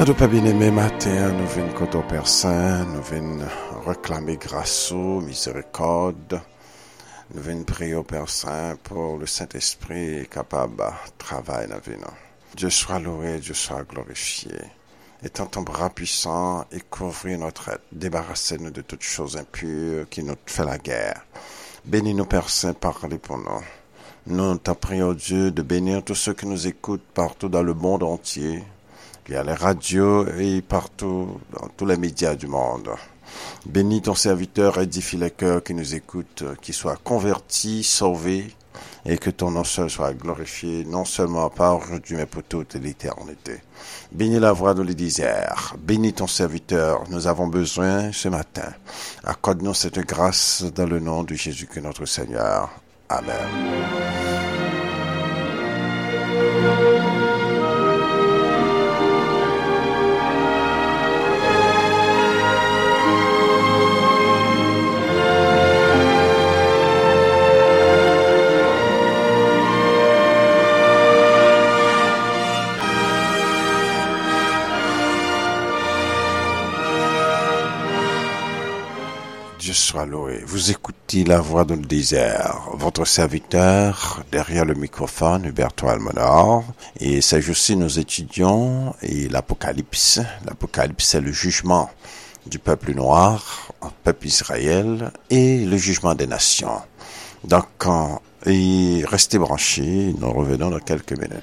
Cadeau pas bien-aimé matin, nous venons côté au Père Saint, nous venons réclamer grâce, miséricorde, nous venons prier au Père Saint pour le Saint-Esprit capable de travailler dans la vie. Dieu soit loué, Dieu soit glorifié. Étant ton bras puissant et couvrir notre aide, débarrassez-nous de toutes choses impures qui nous fait la guerre. Bénis-nous, Père Saint, parlez pour nous. Nous t'en prions, Dieu, de bénir tous ceux qui nous écoutent partout dans le monde entier. Il y a les radios et partout, dans tous les médias du monde. Bénis ton serviteur, édifie les cœurs qui nous écoutent, qu'ils soient convertis, sauvés, et que ton nom seul soit glorifié, non seulement par aujourd'hui, mais pour toute l'éternité. Bénis la voix de l'Édysère, bénis ton serviteur, nous avons besoin ce matin. Accorde-nous cette grâce dans le nom de Jésus que notre Seigneur. Amen. Dieu soit loué. Vous écoutez la voix dans le désert. Votre serviteur, derrière le microphone, Huberto Almonor. Et c'est aussi nous étudions et l'Apocalypse. L'Apocalypse, c'est le jugement du peuple noir, le peuple Israël, et le jugement des nations. Donc, restez branchés. Nous revenons dans quelques minutes.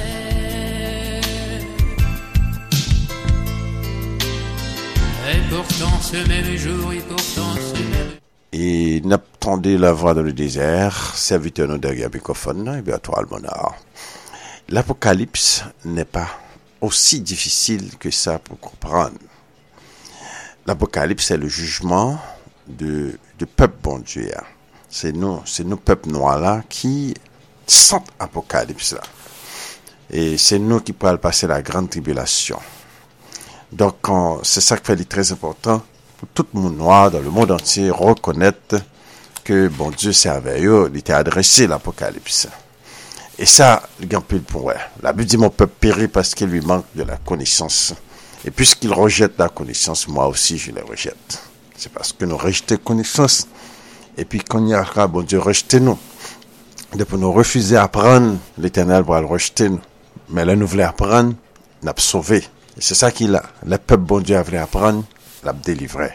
Et pourtant ce même jour, et pourtant ce même... Et n'attendez la voix dans le désert, serviteur nous derrière le microphone, Huberto Almonor. L'Apocalypse n'est pas aussi difficile que ça pour comprendre. L'Apocalypse, c'est le jugement de peuple bon Dieu. C'est nous peuple noir là qui sentent Apocalypse là. Et c'est nous qui pourrons passer la grande tribulation. Donc, c'est ça qui fait très important pour tout le monde noir dans le monde entier reconnaître que bon Dieu servait eux, il était adressé l'Apocalypse. Et ça, le grand pile pour ouais. La Bible dit mon peuple périt parce qu'il lui manque de la connaissance. Et puisqu'il rejette la connaissance, moi aussi je les rejette. C'est parce que nous rejetons la connaissance. Et puis quand il y a bon Dieu rejeter nous. De pour nous refuser d'apprendre, l'Éternel va le rejeter nous. Mais là nous voulons apprendre, nous avons sauvé. Et c'est ça qu'il a. Le peuple bon Dieu a voulu apprendre, l'a délivré.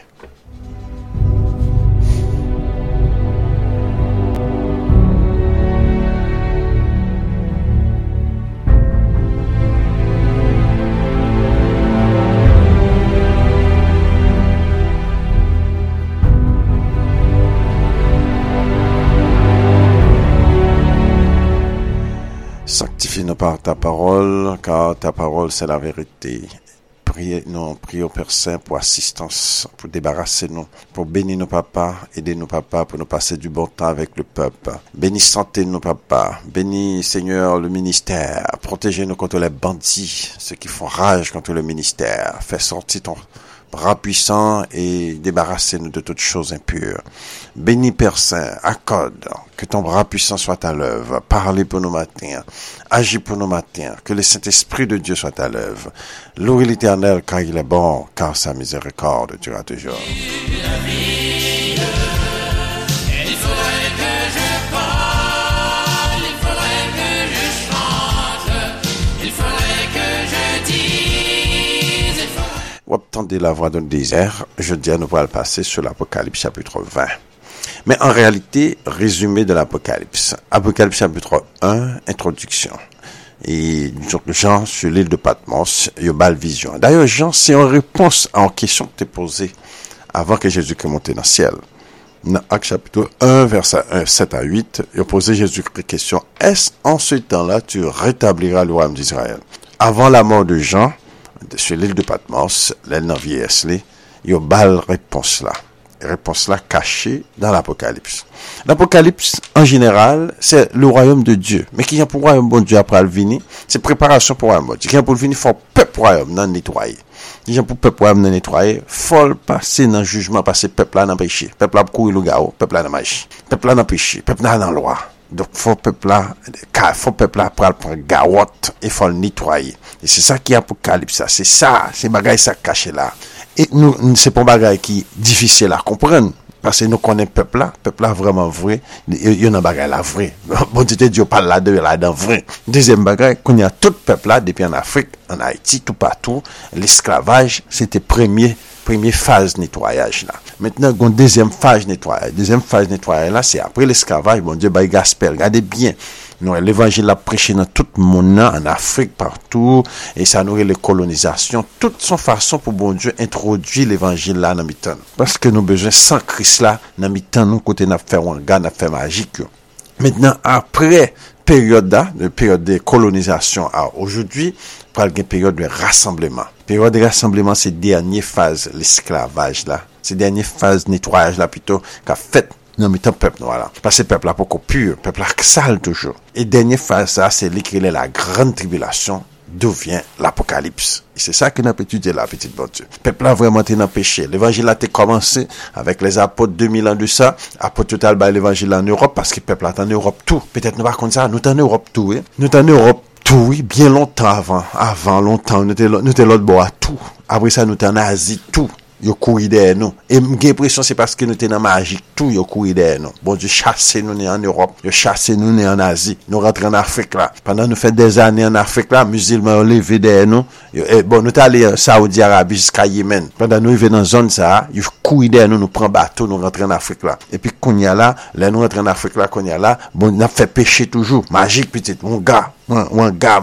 Sanctifie-nous par ta parole, car ta parole c'est la vérité. Prions au Père Saint pour assistance, pour débarrasser nous, pour bénir nos papas, aider nos papas pour nous passer du bon temps avec le peuple. Bénis santé nos papas, bénis Seigneur le ministère, protégez-nous contre les bandits, ceux qui font rage contre le ministère. Fais sortir ton bras puissant et débarrassez-nous de toutes choses impures. Bénis Père Saint, accorde que ton bras puissant soit à l'œuvre. Parlez pour nous matins, agis pour nous matins, que le Saint-Esprit de Dieu soit à l'œuvre. Louez l'Éternel car il est bon, car sa miséricorde durera toujours. Vous entendez la voix d'un désert, je dis à nous allons passer sur l'Apocalypse chapitre 20. Mais en réalité, résumé de l'Apocalypse. Apocalypse chapitre 1, introduction. Et Jean, sur l'île de Patmos, il y a une vision. D'ailleurs, Jean, c'est en réponse à une question que tu posée avant que Jésus-Christ monte dans le ciel. Dans Acte chapitre 1, verset 7 à 8, il a posé Jésus-Christ la question, est-ce en ce temps-là tu rétabliras le royaume d'Israël? Avant la mort de Jean, sur l'île de Patmos, l'île dans vieillesse, il y a une belle réponse là. Réponse là cachée dans l'Apocalypse. L'Apocalypse, en général, c'est le royaume de Dieu. Mais qui vient pour le royaume bon Dieu après le venir, c'est préparation pour le royaume bon Dieu. Qui vient pour le venir, il faut peuple royaume non nettoyer. Qui vient pour peuple royaume non nettoyer, faut passer dans le jugement, passer peuple là dans le péché. Peuple là pour courir le gars, peuple là dans le péché. Peuple là dans le péché, peuple là dans la loi. Donc, faut peuple là prendre garotte et faut le nettoyer. Et c'est ça qui est Apocalypse, c'est ça, c'est bagaille ça caché là. Et nous, c'est pas bagaille qui est difficile à comprendre. Parce que nous connaissons peuple là vraiment vrai, il y a un bagage là vrai. Bon Dieu parle là-dedans vrai. Deuxième bagage, qu'on y a tout peuple là, depuis en Afrique, en Haïti, tout partout, l'esclavage, c'était première phase nettoyage là. Maintenant, une deuxième phase nettoyage. Deuxième phase nettoyage là, c'est après l'esclavage, bon Dieu, gaspille. Regardez bien. Nous, l'évangile a prêché dans tout le monde, en Afrique, partout, et ça nourrit les colonisations, toute son façon pour bon Dieu introduire l'évangile là dans mi-temps. Parce que nous besoin sans Christ là, dans mi-temps, nous, côté n'a fait wanga, n'a fait magique. Maintenant, après période de colonisation à aujourd'hui, pour une période de rassemblement. Période de rassemblement, c'est dernière phase, l'esclavage là. C'est dernière phase nettoyage là, plutôt, qu'a fait non, mais ton peuple, voilà. Parce que le peuple là, pas pur, le peuple là, sale toujours. Et dernière phase, ça, c'est l'écrit la grande tribulation, d'où vient l'Apocalypse. Et c'est ça que nous avons étudié là, petite bonne Dieu. Le peuple là, vraiment, été dans le péché. L'évangile a été commencé avec les apôtres 2000 ans de ça. Apôtre total, bah, l'évangile en Europe, parce que le peuple là, est en Europe tout. Peut-être nous, par contre, ça, nous, en Europe tout, oui. Nous, en Europe tout, oui, bien longtemps avant longtemps, nous, étions l'autre bout à tout. Après ça, nous, en Asie tout. Yo couru derrière nous. Et j'ai l'impression c'est parce que nous étions dans magique tout, yo couru derrière nous. Bon Dieu chasse nous en Europe, yo chasse nous en Asie. Nous rentrons en Afrique là. Pendant nous fait des années en Afrique là, musulmans ont levé derrière nous. Bon, nous allés en Saudi Arabie jusqu'à Yémen. Pendant nous arrivons dans zone ça, yo couru derrière nous prend bateau, nous rentrons en Afrique là. Et puis qu'on y a là, nous rentrons en Afrique là qu'on y a là, bon, on a fait pécher toujours. Magique petite mon gars. Un gars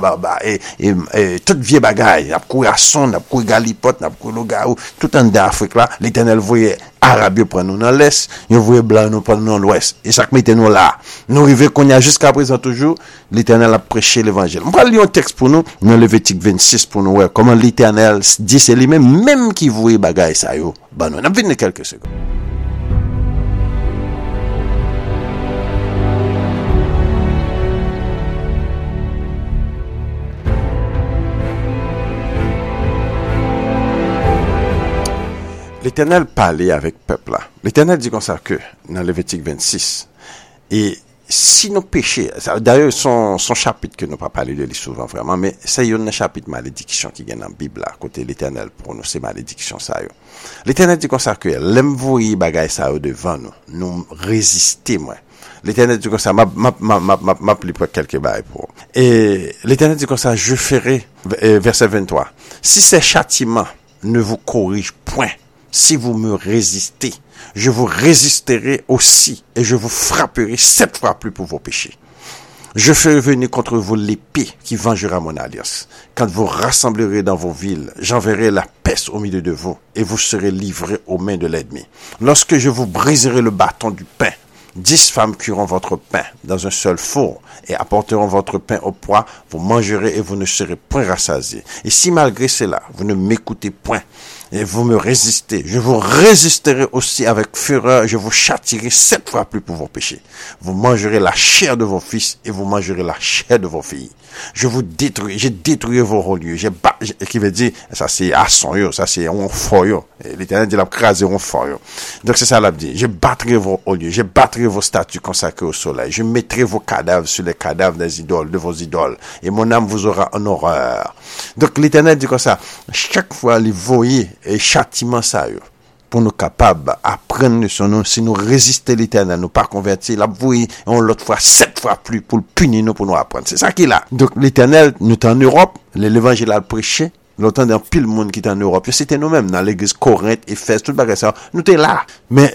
et toute vieille bagaille n'a couru à son n'a couru galipote n'a couru le gars tout en d'Afrique là l'Éternel voyait arabe prendre nous dans l'est il voyait blanc nous prendre dans l'ouest et chaque mettez nous là nous arriver qu'on y a jusqu'à présent toujours l'Éternel a prêché l'évangile on va lire un texte pour nous dans Lévitique 26 pour nous voir comment l'Éternel dit c'est lui-même qui voyait bagaille ça yo ben nous on a vu quelques secondes. L'Éternel parlait avec le peuple là. L'Éternel dit comme ça que, dans Lévitique 26, et si nous péchons, d'ailleurs son chapitre que nous pas parlé de lui souvent vraiment, mais c'est un chapitre malédiction qui vient dans la Bible là, côté l'Éternel pour nous, c'est malédiction ça yo. L'Éternel dit comme ça que, l'aime voyer bagaille ça yo devant nous résister moi. L'Éternel dit comme ça, m'a pris quelques bails pour. Et l'Éternel dit comme ça, je ferai, verset 23, si ces châtiments ne vous corrigent point, si vous me résistez, je vous résisterai aussi et je vous frapperai 7 fois plus pour vos péchés. Je ferai venir contre vous l'épée qui vengera mon alliance. Quand vous rassemblerez dans vos villes, j'enverrai la peste au milieu de vous et vous serez livrés aux mains de l'ennemi. Lorsque je vous briserai le bâton du pain, 10 femmes cuiront votre pain dans un seul four et apporteront votre pain au poids, vous mangerez et vous ne serez point rassasiés. Et si malgré cela, vous ne m'écoutez point, et vous me résistez, je vous résisterai aussi avec fureur, je vous châtierai 7 fois plus pour vos péchés. Vous mangerez la chair de vos fils et vous mangerez la chair de vos filles. Je vous détruis, j'ai détruit vos hauts lieux, qui veut dire, ça c'est asson, ça c'est on foyo. L'Éternel dit la craser on foyo. Donc c'est ça l'a dit, je battrai vos hauts lieux, je battrai vos statues consacrées au soleil, je mettrai vos cadavres sur les cadavres des idoles, de vos idoles, et mon âme vous aura en horreur. Donc l'Éternel dit comme ça, chaque fois les voyer et châtiment ça yo pour nous capables apprendre son nom si nous résister l'Éternel nous pas convertir la voyer on l'autre fois 7 fois plus pour le punir nous pour nous apprendre c'est ça qu'il a donc l'Éternel nous est en Europe l'évangile a prêché longtemps dans pile monde qui est en Europe c'était nous-mêmes dans l'église Corinthe Éphèse tout bagage ça nous était là mais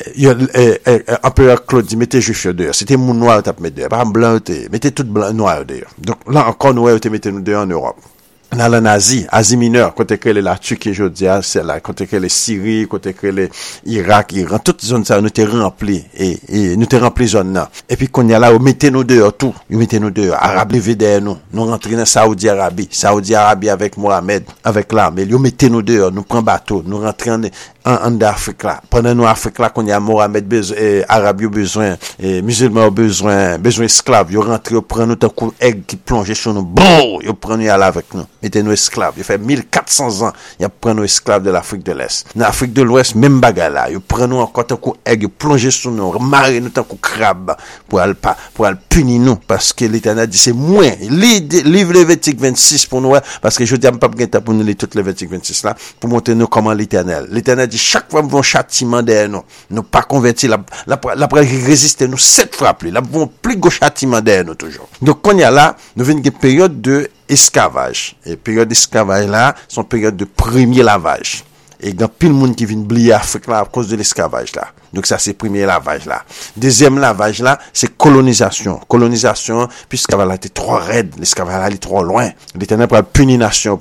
empereur Claude dit mettez juif dehors c'était monde noir t'a mettre dehors pas blanc mettez tout blanc noir dehors donc là encore nous mettez nous dehors en Europe. Dans la Asie mineure, côté que la Turquie, je dis, c'est là, côté que les Syrie, côté que les Irak, Iran, toute zone ça, nous t'es rempli, et nous t'es rempli zone là. Et puis, qu'on y a là, mettez nous dehors, tout. Mettez nous dehors. Arabes levé derrière nous. Nous rentrons dans Saudi Arabie avec Mohamed, avec l'armée. Nous mettez nous dehors, nous prenons bateau, nous rentrons en Afrique là. Pendant nous, Afrique là, qu'on y a Mohamed besoin, Arabes besoin, musulmans besoin esclaves. Ils rentrent, ils prennent nous un coup aigle qui plonge sur nous. Bon! Ils prennent nous là avec nous. mettez nos esclaves. Il fait 1400 ans, il prend nos esclaves de l'Afrique de l'Est. Dans l'Afrique de l'Ouest, même bagarre là, il prend nous encore tant qu'on aigle, plonger sous nous, marrer nous tant qu'on crabe, pour aller punir nous, parce que l'Éternel dit, c'est moins. Livre Lévitique 26 pour nous, parce que je dis, pas bien pour nous lire tout Lévitique 26 là, pour montrer nous comment l'Éternel dit, chaque fois, nous avons châtiment derrière nous. Nous pas convertis, la résister nous 7 fois plus. Là, nous avons plus gros châtiment derrière nous toujours. Donc, quand il y a là, nous venons une période de esclavage. Et période d'esclavage là, c'est une période de premier lavage. Et il y a pile de monde qui vient oublier l'Afrique là à cause de l'esclavage là. Donc ça c'est premier lavage là. Deuxième lavage là, c'est colonisation. Colonisation, puisque l'esclavage était trop raide, l'esclavage allait trop loin. L'Éternel pour punir nation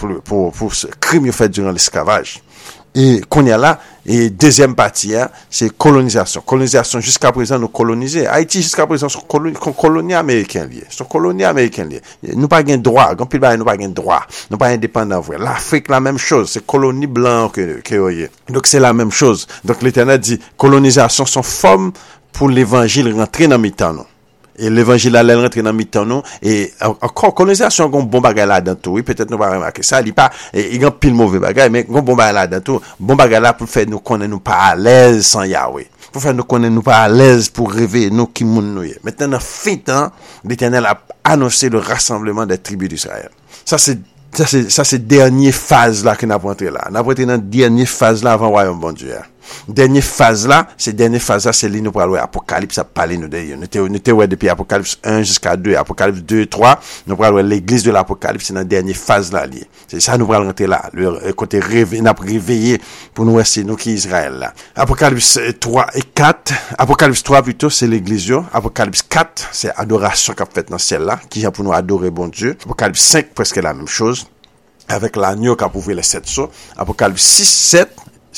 pour ce crime fait durant l'esclavage. Et qu'on y a là, et deuxième partie, c'est colonisation. Colonisation, jusqu'à présent, nous coloniser. Haïti, jusqu'à présent, sont colonies américaines liées. Sont colonies américaines liées. Nous pas gain droit. Nous pas gain droit. Nous pas indépendants, vrai. L'Afrique, la même chose. C'est colonie blanc que donc, c'est la même chose. Donc, l'Éternel dit, colonisation sont forme pour l'évangile rentrer dans mi-temps, non. Et l'évangile allait rentrer dans mi-temps nous et encore colonisation gon bon bagay là dedans tout oui peut-être nous pas remarquer ça il pas il y a pile mauvais bagay mais gon bon bagay là dedans tout bon bagay là pour faire nous connaître nous pas à l'aise sans Yahweh pour faire nous connaître nous pas à l'aise pour rêver nous qui moun nous maintenant dans fin temps l'Éternel a annoncé le rassemblement des tribus d'Israël ça c'est dernière phase là que n'a rentré là n'a rentré dans dernière phase là avant royaume bon Dieu. Dernière phase là, c'est li nous parler Apocalypse a parlé nous d'ailleurs. Nous était ouais depuis Apocalypse 1 jusqu'à 2, Apocalypse 2 3, nous parler l'église de l'Apocalypse c'est dans dernière phase là lié. C'est ça nous va rentrer là, le côté réveillé pour nous c'est nous qui Israël là. Apocalypse 3 et 4, Apocalypse 3 plutôt c'est l'église Apocalypse 4 c'est adoration qu'a fait dans ciel là qui a pour nous adorer bon Dieu. Apocalypse 5 presque la même chose avec l'agneau qui a prouvé les 7 sceaux. Apocalypse 6 7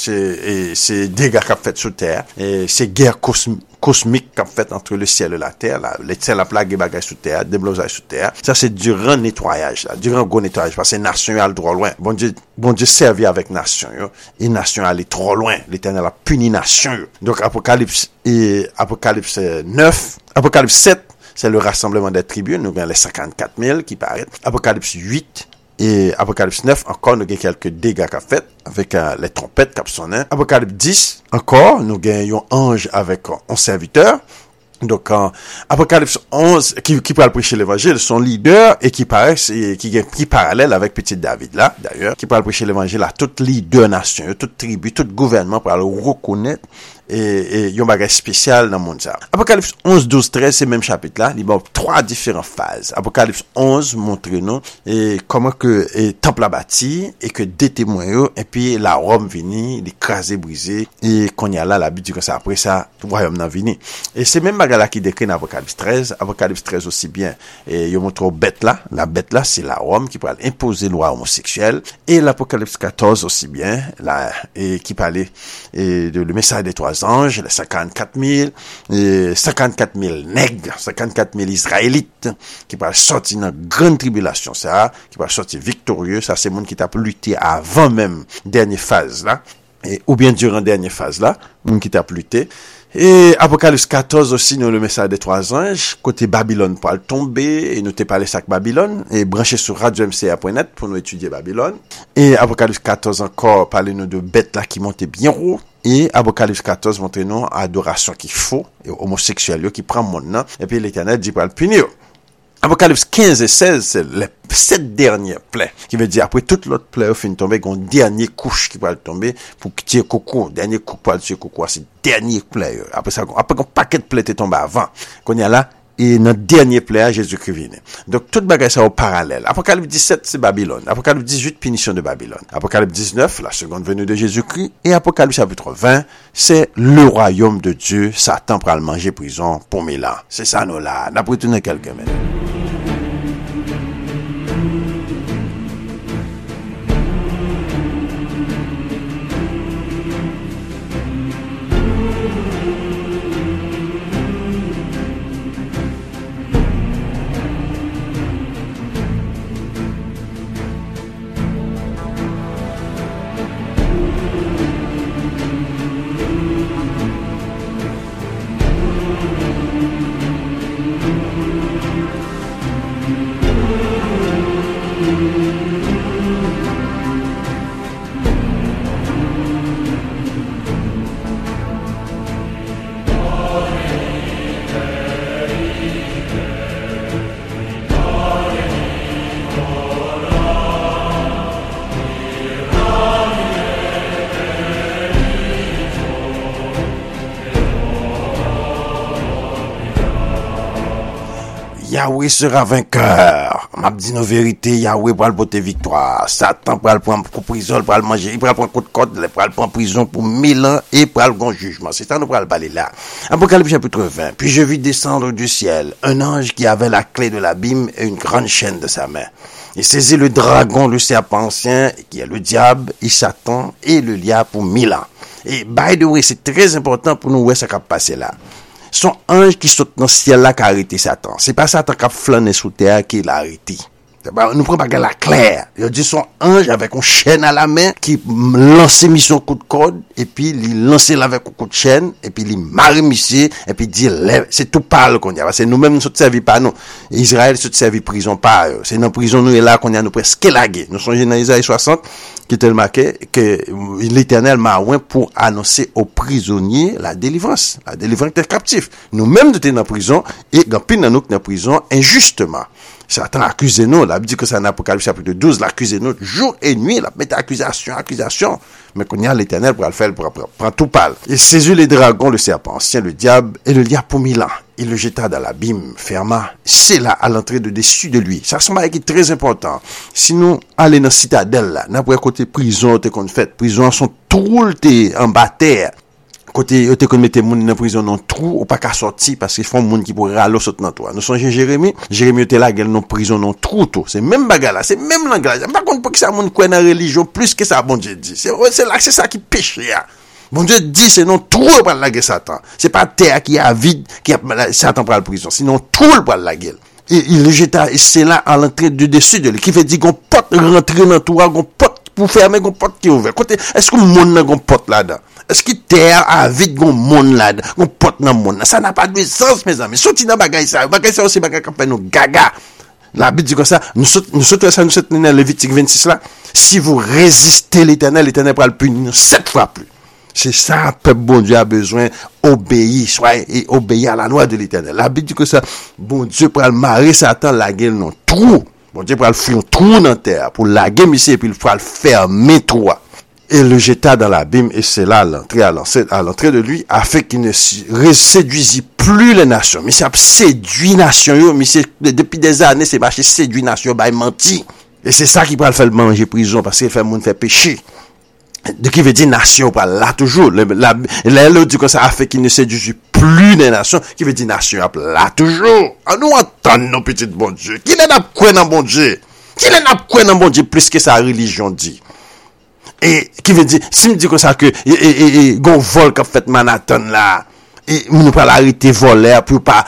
c'est dégâts qu'a fait sur terre et c'est guerre cosmique qu'a fait entre le ciel et la terre là les ciel la plague bagages sur terre déblosage sur terre ça c'est durant nettoyage là durant gros nettoyage parce que nation a le droit loin bon Dieu servi avec nation et nation allait trop loin l'Éternel a puni nation donc Apocalypse 9 Apocalypse 7 c'est le rassemblement des tribus nous avons les 54 000 qui paraissent Apocalypse 8 et Apocalypse 9, encore, nous avons quelques dégâts qu'a fait, avec les trompettes qu'a sonné. Apocalypse 10, encore, nous avons un ange avec 11 serviteurs. Donc, Apocalypse 11, qui parle prêcher l'évangile, son leader, et qui parallèle avec petit David, là, d'ailleurs, qui parle prêcher l'évangile à toutes les deux nations, toutes tribus, tout gouvernement, pour le reconnaître, et yon bagage spécial dans le monde ça. Apocalypse 11, 12, 13, c'est même chapitre là, il y a 3 différentes phases. Apocalypse 11 montre nous et comment que temple a bâti et que des témoins et puis la Rome vini, l'écraser, briser et qu'on y a là la Bible dit que ça après ça royaume n'a vini. Et c'est même bagage là qui décrit dans Apocalypse 13 aussi bien et il montre bête là, la bête là c'est la Rome qui pourrait imposer loi homosexuelle et l'Apocalypse 14 aussi bien là et qui parlait et de le message des 3 anges, les 54 000 nègres, 54 000 Israélites, qui va sortir dans une grande tribulation, ça, qui va sortir victorieux, ça, c'est le monde qui t'a lutté avant même, dernière phase, là, ou bien durant dernière phase, là, monde qui t'a lutté. Et Apocalypse 14 aussi, nous le message des 3 anges, côté Babylone pour le tomber, et nous t'ai parlé ça Babylone, et branché sur radio-mca.net pour nous étudier Babylone. Et Apocalypse 14 encore, parlez nous de bêtes là qui montaient bien haut. Et Apocalypse 14 montre nous adoration qui faux, et homosexuel qui prend mon nom, et puis l'Éternel dit pour le punir. Apocalypse 15 et 16, c'est les 7 dernières plaies, qui veut dire après toute l'autre plaie fin tomber, il y a une dernière couche qui va tomber pour tirer coco, dernier coup pour tirer coco, c'est dernière plaie. Après ça, après un paquet de plaies est tombé avant, qu'on y a là, et notre dernier plaie, Jésus-Christ vient. Donc, toute bagage ça au parallèle. Apocalypse 17, c'est Babylone. Apocalypse 18, punition de Babylone. Apocalypse 19, la seconde venue de Jésus-Christ. Et Apocalypse chapitre 20, c'est le royaume de Dieu. Satan prend le manger prison pour 1000 ans. C'est ça, nous là. N'a pas retourné quelques minutes. Yahweh sera vainqueur. M'a dit nos vérités, Yahweh pour le porter victoire. Satan pour le prendre pour prison, pour le manger, pour le prendre coup de côte, pour le prendre en prison pour 1000 ans et pour le grand jugement. C'est ça nous pour le parler là. Apocalypse chapitre 20. Puis je vis descendre du ciel un ange qui avait la clé de l'abîme et une grande chaîne de sa main. Il saisit le dragon, le serpent ancien, qui est le diable, et Satan, et le lia pour 1000 ans. Et by the way, c'est très important pour nous voir ce qui a passé là. Son ange qui saute dans le ciel là qui a arrêté Satan. C'est pas Satan qui a flâné sous terre qui l'a arrêté. Nous prenons pas la claire. Il dit son ange avec une chaîne à la main qui lançait mission coup de corde et puis il lançait avec un coup de chaîne et puis il marie monsieur et puis il dit lève. C'est tout parle qu'on y a. C'est nous-mêmes nous sommes servis pas nous. Israël se servi prison pas. C'est dans prison nous est là qu'on y a nous presque lagué. Nous sommes dans Isaïe 60 qui était marqué que l'Éternel m'a oint pour annoncer aux prisonniers la délivrance des captifs. Nous-mêmes nous étions dans prison et quand pile dans nous dans prison injustement. Satan accuse nous, la Bible dit que c'est en Apocalypse chapitre 12, l'accuse nous jour et nuit, la mettre accusation. Mais qu'on y a l'Éternel pour le faire, pour prendre tout pâle. Il saisit les dragons, le serpent ancien, le diable, et le lia pour 1000 ans. Il le jeta dans l'abîme, ferma. C'est là, à l'entrée de dessus de lui. Ça semble être très important. Si nous allons dans la citadelle là, n'importe côté prison, t'es qu'on fait, prison sont tout en bas terre. Côté te qu'on mette moun dans prison dans trou ou pas qu'à sortir parce qu'ils font moun qui pourrait râler saute dans toi. Nous songe Jérémie était là gel dans prison dans trou tout. C'est même bagarre là, c'est même langage. Par contre pour que ça moun quoi dans religion plus que ça bon Dieu dit. C'est là c'est ça qui péche là. Bon Dieu dit c'est non trou pour la guerre Satan. C'est pas terre qui a vide qui a Satan pour la prison, sinon trou pour la guerre. Et il le jeta et c'est là à l'entrée du dessus de lui qui veut dire qu'on porte rentrer dans toi, qu'on porte pour fermer qu'on porte qui est ouvert. Côté est-ce que moun nan gon porte là-dedans? Est-ce que terre a vide gon monde là, gon porte dans monde? Ça n'a pas de sens mes amis. Sorti dans bagay ça aussi bagay qui fait nous gaga. La Bible dit comme ça, nous sautons dans Lévitique 26 là. Si vous résistez l'Éternel pourra le punir 7 fois plus. C'est ça, peuple bon Dieu a besoin obéir, et obéir à la loi de l'Éternel. La Bible dit que ça, bon Dieu pourra le marrer Satan la gueule non trou. Bon Dieu pourra le faire un trou dans terre pour la gueule ici et puis il pourra le fermer toi. Et le jeta dans l'abîme, et c'est là à l'entrée de lui, afin qu'il ne séduisit plus les nations. Mais ça séduit les nations, mais depuis des années, c'est marché séduit les nations, bah, il mentit. Et c'est ça qui peut le faire manger prison, parce qu'il fait monde faire pécher. De qui veut dire nation, pas là toujours. L'autre dit que ça a fait qu'il ne séduisit plus les nations, qui veut dire nation, là toujours. À nous entendre, nos petits bon Dieu. Qui n'a quoi dans bon Dieu? Qui n'a quoi dans bon Dieu plus que sa religion dit? Et qui veut dire si me dit comme ça que gon vol qu'a fait Manhattan là et nous pas l'arrêter voler pour pas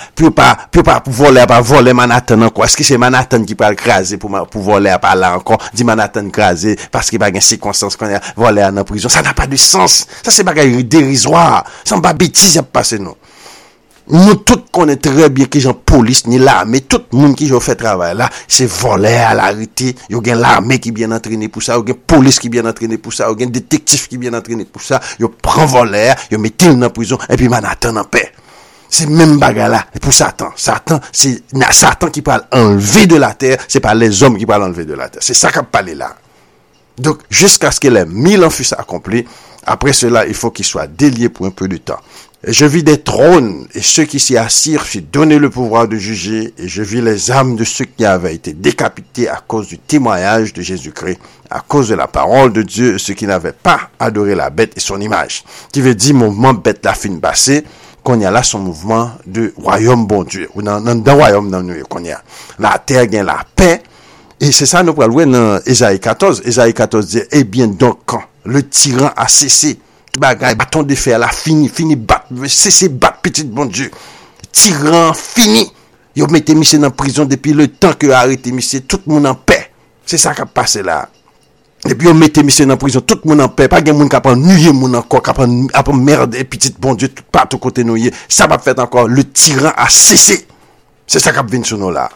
voler Manhattan encore est-ce que c'est Manhattan qui peut écraser pour voler pas là encore dit Manhattan écraser parce qu'il pas gain circonstance qu'on a voler en prison ça n'a pas de sens ça c'est bagarre dérisoire ça pas bêtise à passer non. Nous tous connaissons très bien que gens police ni l'armée tout le monde qui fait travail là c'est voler à l'arrêté il y a l'armée qui bien entraîné pour ça il y a police qui bien entraîné pour ça il y a détective qui bien entraîné pour ça il prend voleur il met dans prison et puis Manhattan en paix c'est même bagarre là et pour Satan c'est Satan qui parle enlever de la terre c'est pas les hommes qui parlent enlever de la terre c'est ça qu'a parlé là donc jusqu'à ce que les 1000 ans fussent accomplis après cela il faut qu'il soit délié pour un peu de temps. Je vis des trônes, et ceux qui s'y assirent furent donnés le pouvoir de juger, et je vis les âmes de ceux qui avaient été décapités à cause du témoignage de Jésus-Christ, à cause de la parole de Dieu, ceux qui n'avaient pas adoré la bête et son image. Qui veut dire mouvement bête la fin passée, qu'on y a là son mouvement de royaume bon Dieu, ou dans royaume dans nous, qu'on y a. La terre gagne la paix, et c'est ça nous parlons dans Isaïe 14. Isaïe 14 dit, eh bien donc, quand le tyran a cessé, bagay bâton de fer là fini battre cesser battre petit bon Dieu tyran fini yo mette monsieur dans prison depuis le temps que arrêté monsieur tout le monde en paix c'est ça qui a passé là et puis yo mette monsieur dans prison tout le monde en paix pas gen moun qui a nuyer moun encore qui a merde et petit bon Dieu tout partout côté nous ça va faire encore le tyran a cessé c'est ça qui a venu sur nous là.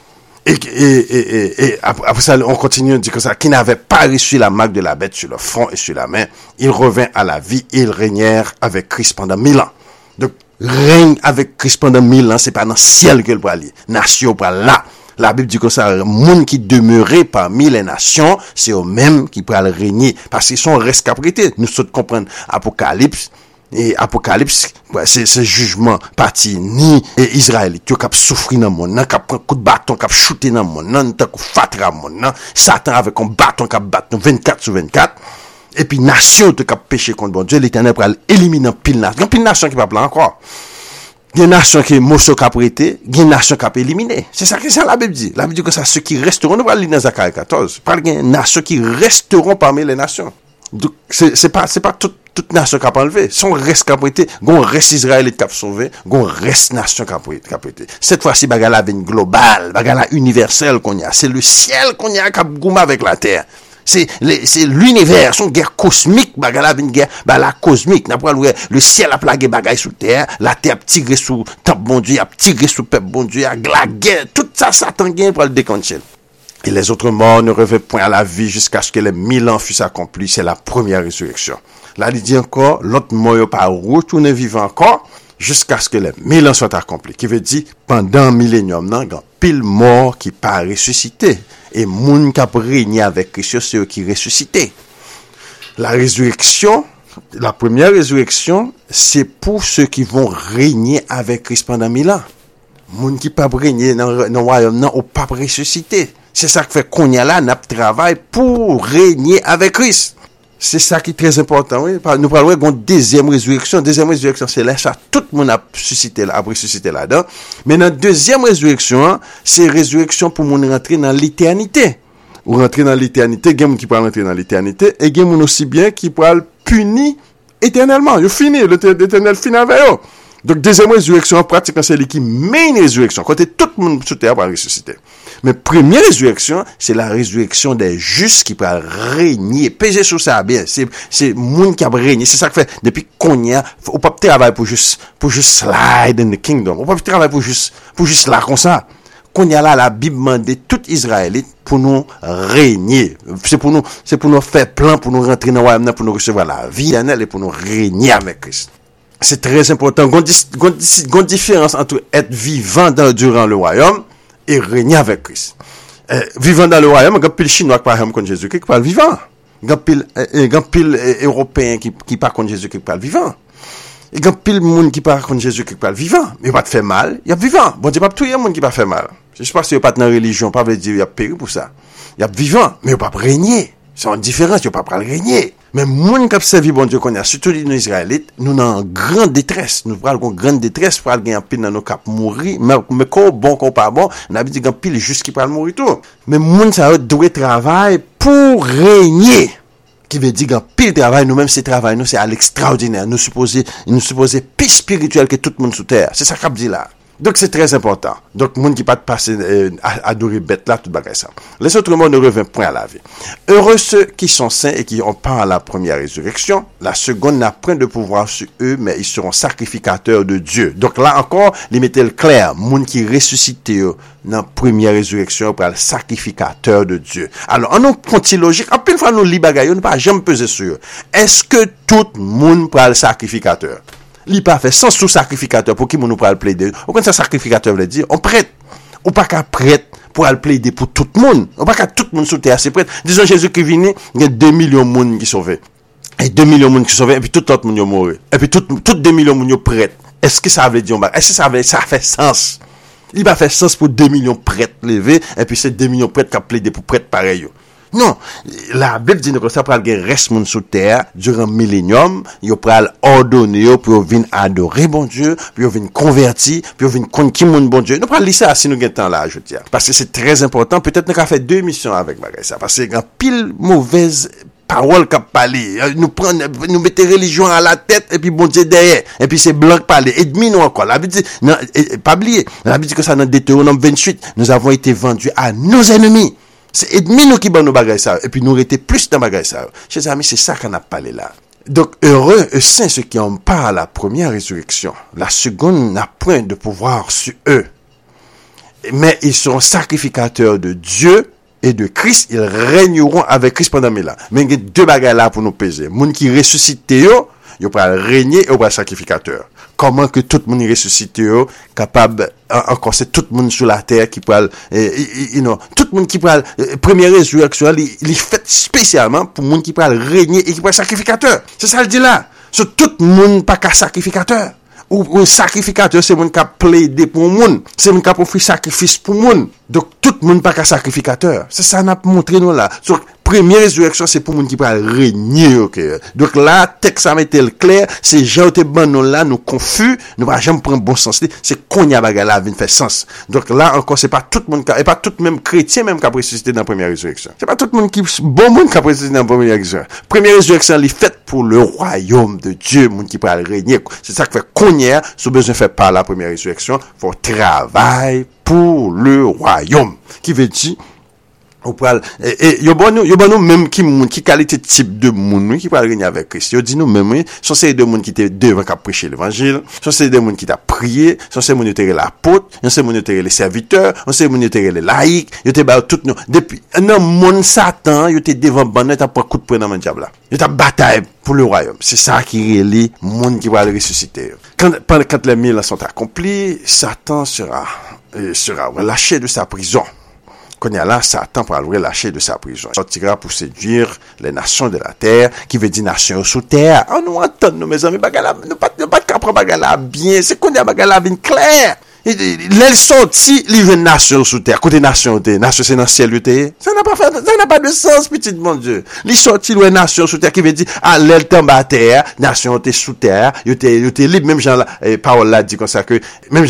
Et après ça, on continue, on dit que ça, qui n'avait pas reçu la marque de la bête sur le front et sur la main, il revint à la vie et ils régnèrent avec Christ pendant 1000 ans. Donc, règne avec Christ pendant 1000 ans, c'est pas dans le ciel que le va aller. Nation pas là. La Bible dit que ça, monde qui demeurait parmi les nations, c'est eux-mêmes qui pourraient régner. Parce qu'ils sont rescaprités. Nous sommes comprendre Apocalypse, Et Apocalypse, c'est jugement parti ni Israélite qui a souffert dans le monde, qui a pris un coup de bâton, qui a shooté dans le monde, qui a fatra dans le monde, Satan avec un bâton qui a battu 24/24. Et puis nation qui a péché contre bon Dieu, l'Éternel pour éliminer pile nation. Il y a pile nation qui va pas encore. Il y a une nation qui est mosso qui a prêté, il y a une nation qui a éliminé. C'est ça que ça la Bible dit. La Bible dit que ça ceux qui resteront, nous allons lire dans Zacharie 14. Il y a une nation qui resteront parmi les nations. Donc c'est pas toute nation qui a pas enlevé. Son reste qui a prêté, gon reste israélite qui a sauvé, gon reste nation qui a prêté. Cette fois-ci bagala une globale, bagala universelle qu'on y a. C'est le ciel qu'on y a qui a goumé avec la terre. C'est l'univers, son guerre cosmique, bagala une guerre, la cosmique, n'a pas le ciel a plagué bagaille sous terre, la terre a tiré sous temple bon Dieu, a tiré sous peuple bon Dieu, a la guerre, tout ça, Satan gagne pour le déconcher. Et les autres morts ne reviennent point à la vie jusqu'à ce que les 1000 ans fussent accomplis, c'est la première résurrection. Là, il dit encore, l'autre mort n'a pas retourné vivant encore, jusqu'à ce que les 1000 ans soient accomplis. Qui veut dire, pendant un millénium, il y a pile mort qui pas ressuscité. Et moun qui a régné avec Christ, c'est eux qui ressuscité. La résurrection, la première résurrection, c'est pour ceux qui vont régner avec Christ pendant 1000 ans. Moun qui pas régner dans le royaume, non, ou pas ressuscité. C'est ça qui fait qu'on y a là, n'a travail pour régner avec Christ. C'est ça qui est très important, oui. Nous parlons d'une deuxième résurrection. Deuxième résurrection, c'est là, ça, tout le monde a ressuscité là-dedans. Mais dans la deuxième résurrection, c'est résurrection pour moun rentrer dans l'éternité. Ou rentrer dans l'éternité, il y a des gens qui peuvent rentrer dans l'éternité, et il y a des gens aussi bien qui peuvent punir éternellement. Ils finissent, l'éternel finit avec eux. Donc, deuxième résurrection, pratiquement, c'est qui met une résurrection. Quand tout le monde sur terre va ressusciter. Mais première résurrection, c'est la résurrection des justes qui peuvent régner. Peser sur ça bien. C'est monde qui a régné. C'est ça que fait, depuis qu'on y a, on peut pas travailler pour juste slide in the kingdom. On peut pas travailler pour juste là, comme ça. Qu'on y a là, la Bible demande tout Israélite pour nous régner. C'est pour nous faire plan, pour nous rentrer dans le royaume, pour nous recevoir la vie éternelle et pour nous régner avec Christ. C'est très important. Il y a une différence entre être vivant durant le royaume et régner avec Christ. Vivant dans le royaume, il y a pile Chinois qui parlent contre Jésus-Christ qui parlent vivant. Il y a pile Européens qui parlent contre Jésus-Christ qui parlent vivant. Il y a pile monde qui parle contre Jésus-Christ qui parle vivant. Mais il pas de faire mal, il y a vivant. Bon Dieu pas tout le monde qui pas faire mal. Je sais pas si il pas dans la religion, pas veut dire il y a péri pour ça. Il y a vivant, mais il pas régner. C'est une différence, il pas régner. Mais moun qui servi bon Dieu qu'on a, surtout les Israélites, nous en grande détresse. Nous prenons en grande détresse pour aller en pile dans nos cap mourir. Mais qu'on bon, qu'on pas bon, on a dit qu'en pile juste qui parle mourir tout. Mais moun ça doit travailler pour régner. Qui veut dire qu'en pile travail, nous-mêmes, c'est travail, nous, c'est à l'extraordinaire. Nous supposons plus spirituel que tout le monde sous terre. C'est ça qu'on dit là. Donc, c'est très important. Donc, monde qui pas de passer, adorer bête là, tout bagay ça. Les autres morts ne reviennent point à la vie. Heureux ceux qui sont saints et qui ont part à la première résurrection. La seconde n'a point de pouvoir sur eux, mais ils seront sacrificateurs de Dieu. Donc, là encore, les mettez le clair. Monde qui ressuscite, dans la première résurrection, pour le sacrificateur de Dieu. Alors, en nous, continue logique, en pile fois, nous, li bagay, nous, pas jamais peser sur eux. Est-ce que tout le monde prend le sacrificateur? Li pas fait sans sous sacrificateur pour qui nous pral plaider. Au contraire, sacrificateur veut dire on prête. Ou pas qu'à prête pour aller plaider pour tout le monde. On pas qu'à tout le monde sous terre c'est prête. Disons Jésus qui vient, il y a 2 millions de monde qui sauvés. Et 2 millions de monde qui sauvés et puis tout l'autre monde mourir. Et puis tout 2 millions de monde prêts. Est-ce que ça veut dire est-ce que ça fait sens? Il va faire sens pour 2 millions prêts levés et puis c'est 2 millions prêts qui plaider pour prêts pareil. Non, la Bible dit que ça pral gen reste moun sous terre durant millénium, yo pral ordonner pour venir adorer bon Dieu, puis venir convertir, puis venir connaître qui moun bon Dieu. Nous pral lire ça si nous gen temps là, je dis. Parce que c'est très important, peut-être nous avons fait 2 missions avec bagay ça parce que grand pile mauvaise parole qu'a parler, nous mettez religion à la tête et puis bon Dieu derrière et puis c'est blanc parler et demi nous encore. La Bible dit pas oublier, la Bible dit que ça dans Deutéronome 28, nous avons été vendus à nos ennemis. C'est ennemi nous qui ban nos bagages ça et puis nous rester plus dans bagages ça. Chers amis, c'est ça qu'on a parlé là. Donc heureux et saints ceux qui ont part à la première résurrection. La seconde n'a point de pouvoir sur eux. Mais ils seront sacrificateurs de Dieu et de Christ, ils régneront avec Christ pendant 1000 ans. Mais il y a 2 bagages là pour nous peser. Moun qui ressuscite yo va régner et va sacrificateur. Comment que tout le monde ressuscité capable encore c'est tout le monde sur la terre qui peut tout le monde qui peut première résurrection il fait spécialement pour monde qui peut régner et qui peut sacrificateur. C'est ça le dit là. So, tout le monde pas qu'à sacrificateur. Ou sacrificateur, c'est moun qui a plaidé pour moun. C'est moun qui a offert sacrifice pour moun. Donc, tout le monde pas qu'à sacrificateur. C'est ça, n'a montré nous là. So, première résurrection, c'est pour moun qui va régner au cœur. Donc là, texte ça mettait le clair, c'est gens te ban nous là, nous confus, nous va jamais prendre bon sens. C'est qu'on y a bagarre là, vient faire sens. Donc là, encore, c'est pas tout le monde, et pas tout même chrétien même qui a ressuscité dans la première résurrection. C'est pas tout le monde qui, bon monde qui a ressuscité dans la première résurrection. Première résurrection, elle est faite pour le royaume de Dieu, monde qui va régner. C'est ça qui fait qu'on y a, si besoin fait par la première résurrection, faut travailler pour le royaume. Qui veut dire, ou pral yo bon nous même qui qualité type de monde qui pral régner avec Christ. Yo dit nous même sont ces deux monde qui étaient devant qui prêcher l'évangile, sont ces deux monde qui t'a prié, sont ces monde qui étaient l'apôtre, sont ces monde qui étaient les serviteurs, sont ces monde qui étaient les laïcs, yo étaient ba tout nous depuis dans monde Satan, yo étaient devant bannet t'a pas coup de poing dans le diable là. Yo t'a bataille pour le royaume. C'est ça qui relie monde qui va le ressusciter. Quand les 1000 ans sont accomplis, Satan sera relâché de sa prison. Quand il y a là, Satan pour le relâcher de sa prison. Il sortira pour séduire les nations de la terre, qui veut dire nations sous terre. Oh, nous entendons, mes amis, bagala, nous pas comprendre bagala bien. C'est qu'on y a bagala bien clair. Les sorti, les jeunes nations sous terre. Côté nation, c'est dans le ciel, ça n'a pas de sens, petit mon Dieu. Les sorti, les nations sous terre, qui veut dire, l'aile tombe à terre, nation t'es sous terre, yo t'es libre, même Jean, parole là dit comme ça que,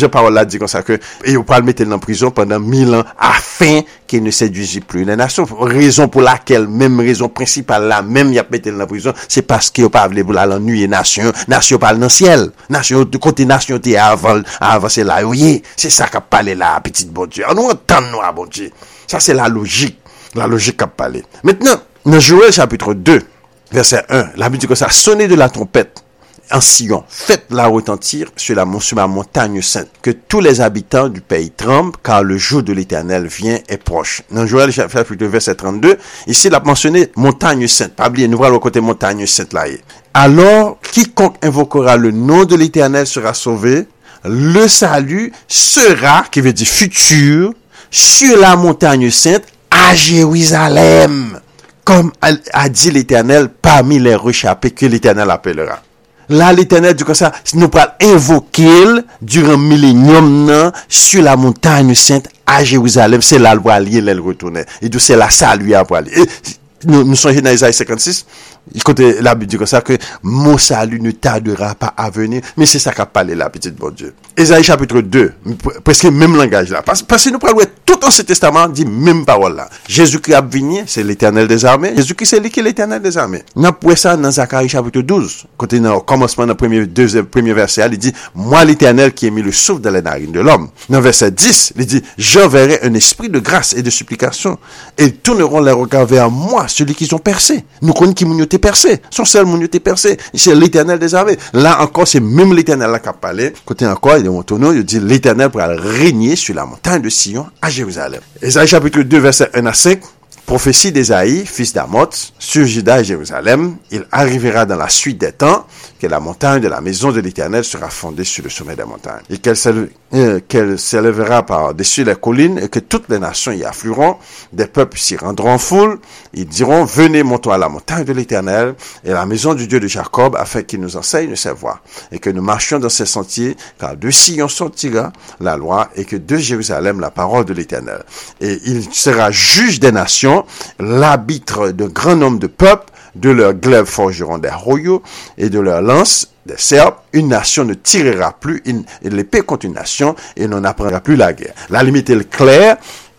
et vous pouvez le mettre en prison pendant 1000 ans, afin qu'il ne séduise plus les nations. Raison pour laquelle, même raison principale là, même y a mettre en prison, c'est parce qu'il pas voulu pour l'ennuyer nation parle dans le ciel. Nation, côté nation t'es avant c'est là, oui. C'est ça qu'a parlé là, petite bon Dieu. On nous entend, nous, bon Dieu. Ça, c'est la logique qu'a parlé. Maintenant, dans Joël chapitre 2, verset 1, la Bible dit que ça, sonnez de la trompette en Sion, faites-la retentir sur ma montagne sainte, que tous les habitants du pays tremblent, car le jour de l'Éternel vient et proche. Dans Joël chapitre 2, verset 32, ici, il a mentionné montagne sainte. Pas oublier, nous voilà le côté montagne sainte là. Alors, quiconque invoquera le nom de l'Éternel sera sauvé. Le salut sera, qui veut dire futur, sur la montagne sainte à Jérusalem, comme a dit l'Éternel, parmi les réchappés que l'Éternel appellera. Là, l'Éternel dit comme ça, nous pourrons invoquer durant millénium sur la montagne sainte à Jérusalem. C'est là le allié, le retourner. Et donc c'est là salut à aller. Nous sommes dans Isaïe 56. Côté la Bible dit comme ça que mon salut ne tardera pas à venir, mais c'est ça qu'a parlé là, petite bon Dieu. Isaïe chapitre 2, presque même langage là, parce que nous prenons tout l'Ancien Testament dit même parole là. Jésus-Christ a venu, c'est l'Éternel des armées. Jésus-Christ c'est lui qui est l'Éternel des armées. N'a pour ça dans Zacharie chapitre 12, côté dans commencement dans premier verset, il dit moi l'Éternel qui ai mis le souffle dans les narines de l'homme. Dans verset 10, il dit j'enverrai un esprit de grâce et de supplication et ils tourneront les regards vers moi, celui qui sont percés. Nous connaissons qui m'ont percé. Son seul moun était percé. C'est l'Éternel des armées. Là encore, c'est même l'Éternel là qui a parlé. Côté encore, il y a un tonneau, il dit l'Éternel pourra régner sur la montagne de Sion à Jérusalem. Ésaïe chapitre 2, verset 1 à 5. Prophétie d'Ésaïe, fils d'Amoz, sur Juda et Jérusalem. Il arrivera dans la suite des temps que la montagne de la maison de l'Éternel sera fondée sur le sommet des montagnes. Et qu'elle s'élèvera par-dessus les collines et que toutes les nations y afflueront. Des peuples s'y rendront en foule. Ils diront, venez, montons à la montagne de l'Éternel et à la maison du Dieu de Jacob afin qu'il nous enseigne ses voies et que nous marchions dans ses sentiers, car de Sion sortira la loi et que de Jérusalem la parole de l'Éternel. Et il sera juge des nations, l'arbitre de grand nombre de peuples, de leurs glaives forgeront des royaux et de leurs lances des serpes. Une nation ne tirera plus l'épée contre une nation et n'en apprendra plus la guerre. La limite est claire.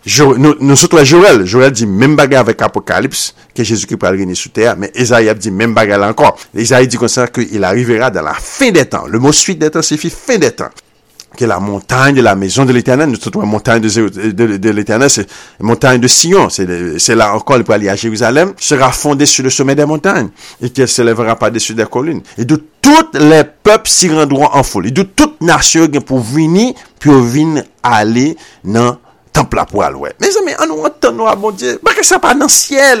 Nous sommes Joël dit même bagarre avec Apocalypse que Jésus-Christ peut régner sous terre, mais Isaïe dit même bagarre là encore. Isaïe dit comme ça qu'il arrivera dans la fin des temps. Le mot suite des temps signifie fin des temps. Que la montagne de la maison de l'Éternel, nous trouvons la montagne de l'Éternel, c'est la montagne de Sion, c'est là encore, il peut aller à Jérusalem, sera fondée sur le sommet des montagnes, et qu'elle se lèvera pas dessus des collines. Et de tous les peuples s'y rendront en folie. De toute nation pour venir, puis venir aller dans temple pour aller. Mais amis, on nous entend, bon Dieu, parce que ça pas dans le ciel.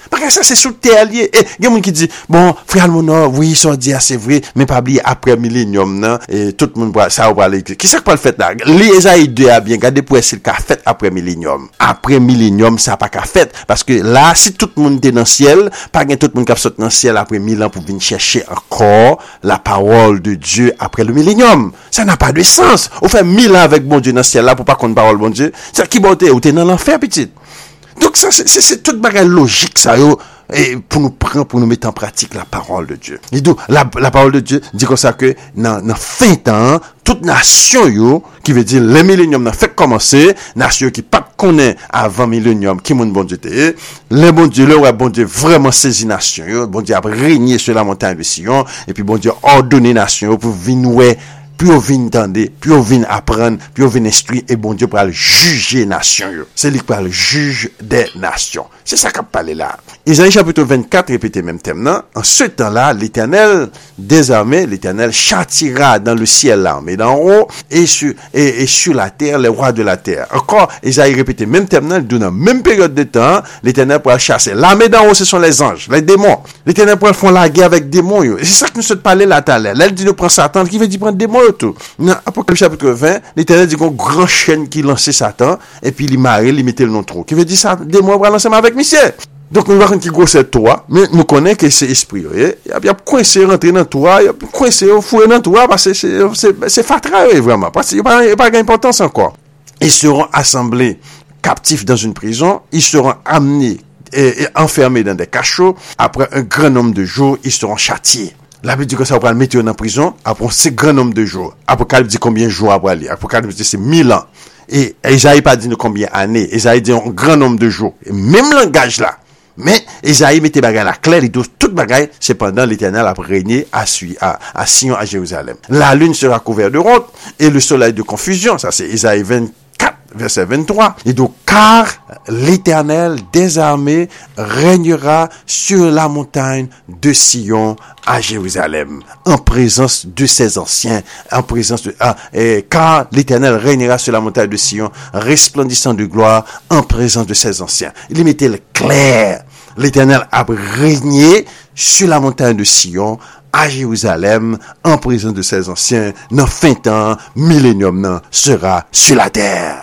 Parce que ça, c'est sous terre lié. Et, il y a des gens qui disent, bon, frère Almonor, oui, ça dit, c'est vrai, mais pas oublier après millénium, non, et tout le monde, ça va aller. Qui ça peut le faire là? Les Esaïe 2 a bien gardé pour essayer le fait après millénium. Après millénium, ça n'a pas qu'à fait. Parce que là, si tout le monde est dans le ciel, pas que tout le monde qui saute dans le ciel après 1000 ans pour venir chercher encore la parole de Dieu après le millénium. Ça n'a pas de sens. On fait 1000 ans avec bon Dieu dans le ciel là pour pas qu'on parole bon Dieu. C'est qui bon ou t'es dans l'enfer, petit. Donc ça, c'est toute bagarre logique, ça, yo, et pour nous prendre, pour nous mettre en pratique la parole de Dieu. Et donc, la parole de Dieu dit comme ça que, dans fin temps, toute nation, yo, qui veut dire, le millénium n'a fait commencer, nation qui pas connaît avant millénium, qui mon bon Dieu t'est, le bon Dieu, le bon Dieu vraiment saisi nation, yo, bon Dieu a régné sur la montagne de Sion, et puis bon Dieu a ordonné nation, yo, pour venir, puis on vient entendre, puis on vient apprendre, puis on vient instruire, et bon Dieu pour le juger nation. C'est lui qui parle juge des nations. C'est ça qu'a parlé là. Isaïe chapitre 24 répétait même thème, non? En ce temps-là, l'Éternel désarmé, l'Éternel châtira dans le ciel l'armée d'en haut, et sur la terre, les rois de la terre. Encore, Isaïe répétait même thème, non? Dans la même période de temps, l'Éternel pourra chasser. L'armée d'en haut, ce sont les anges, les démons. L'Éternel pourra faire la guerre avec démons, yo. Et c'est ça que nous sommes parlé là, tout à l'heure. Là, il dit de prendre Satan, qui veut dire prendre démons, tout. Dans Apocalypse chapitre 20, l'Éternel dit qu'on grand chaîne qui lançait Satan, et puis il marre, il mettait le nom trop. Qui veut dire ça, démons va lancer avec monsieur. Donc, nous voyons qui grosse toi, mais nous connaissons que c'est esprit, il y a coincé rentrer dans toi, il y a coincé fouiller dans toi, parce que c'est fatra, vraiment, parce qu'il n'y a pas d'importance encore. Ils seront assemblés captifs dans une prison, ils seront amenés et enfermés dans des cachots, après un grand nombre de jours, ils seront châtiés. La Bible dit que ça va le mettre en prison après ce grand nombre de jours. Apocalypse dit combien de jours après aller. Apocalypse dit c'est 1000 ans. Et Isaïe pas dit combien d'années. Isaïe dit un grand nombre de jours. Et même langage là. Mais Isaïe mettait bagaille là clair, il dit toute bagaille, cependant l'Éternel a régné à Sion, à Jérusalem. La lune sera couverte de honte et le soleil de confusion. Ça c'est Isaïe 24. Verset 23. Et donc, car l'Éternel des armées régnera sur la montagne de Sion à Jérusalem, en présence de ses anciens, en présence de, car l'Éternel régnera sur la montagne de Sion, resplendissant de gloire, en présence de ses anciens. Il mettait le clair. L'Éternel a régné sur la montagne de Sion, à Jérusalem, en présence de ses anciens, dans fin temps, millénium sera sur la terre.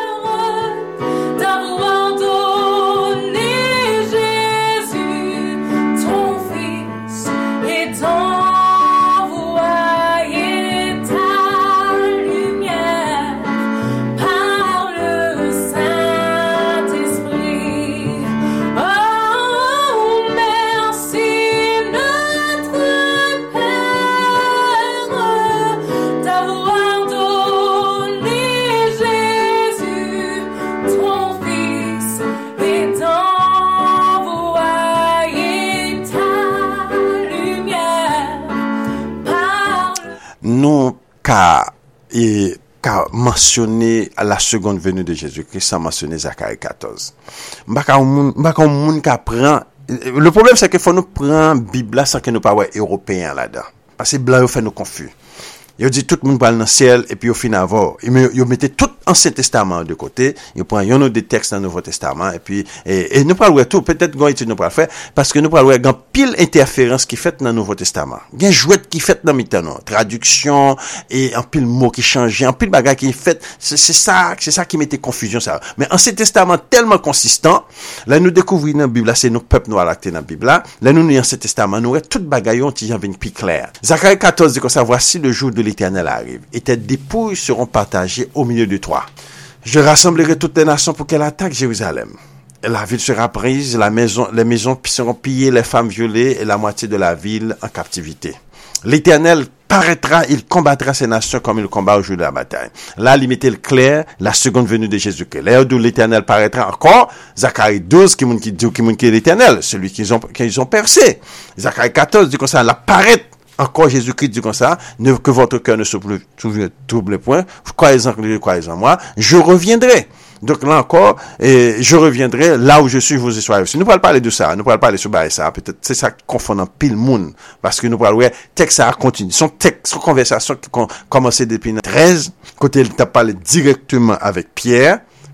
Car mentionner la seconde venue de Jésus-Christ sans mentionner Zacharie 14. Le problème c'est qu'il faut nous prendre Bible là sans que nous pas ouais européen là-dedans. Parce que blanc fait nous confus. Il dit tout le monde parle dans le ciel et puis au final il mettait tout Ancien Testament de côté, il prend un autre des textes dans le Nouveau Testament et puis et nous parlons tout peut-être qu'on étude nous pas faire parce que nous parlons grand pile interférence qui fait dans le Nouveau Testament. Bien jouette qui fait dans mitano, traduction et un pile mot qui change, un pile bagage qui fait c'est ça qui mettait confusion ça. Mais Ancien Testament tellement consistant, là nous découvrons dans la Bible là c'est nos peuples noirs là dans la Bible là nous dans Ancien Testament nous tout bagaillon qui vient plus clair. Zacharie 14 dit que ça voici le jour de l'Éternel arrive et tes dépouilles seront partagées au milieu de toi. Je rassemblerai toutes les nations pour qu'elles attaquent Jérusalem. Et la ville sera prise, les maisons seront pillées, les femmes violées et la moitié de la ville en captivité. L'Éternel paraîtra, il combattra ces nations comme il combat au jour de la bataille. Là, limiter le clair, la seconde venue de Jésus-Christ. L'heure d'où l'Éternel paraîtra encore, Zacharie 12, qui dit l'Éternel, celui qu'ils ont percé. Zacharie 14 dit comme ça, la paraît. Encore Jésus-Christ dit comme ça, que votre cœur ne se trouble point, croyez en moi, je reviendrai. Donc là encore, je reviendrai là où je suis, vous y soyez aussi. Nous ne parlons pas de ça, nous ne parlons pas de ça, peut-être c'est ça qui confond en pile monde, parce que nous parlons, texte ça continue. Son conversation qui commençait depuis 13, côté il t'a parlé directement avec Pierre,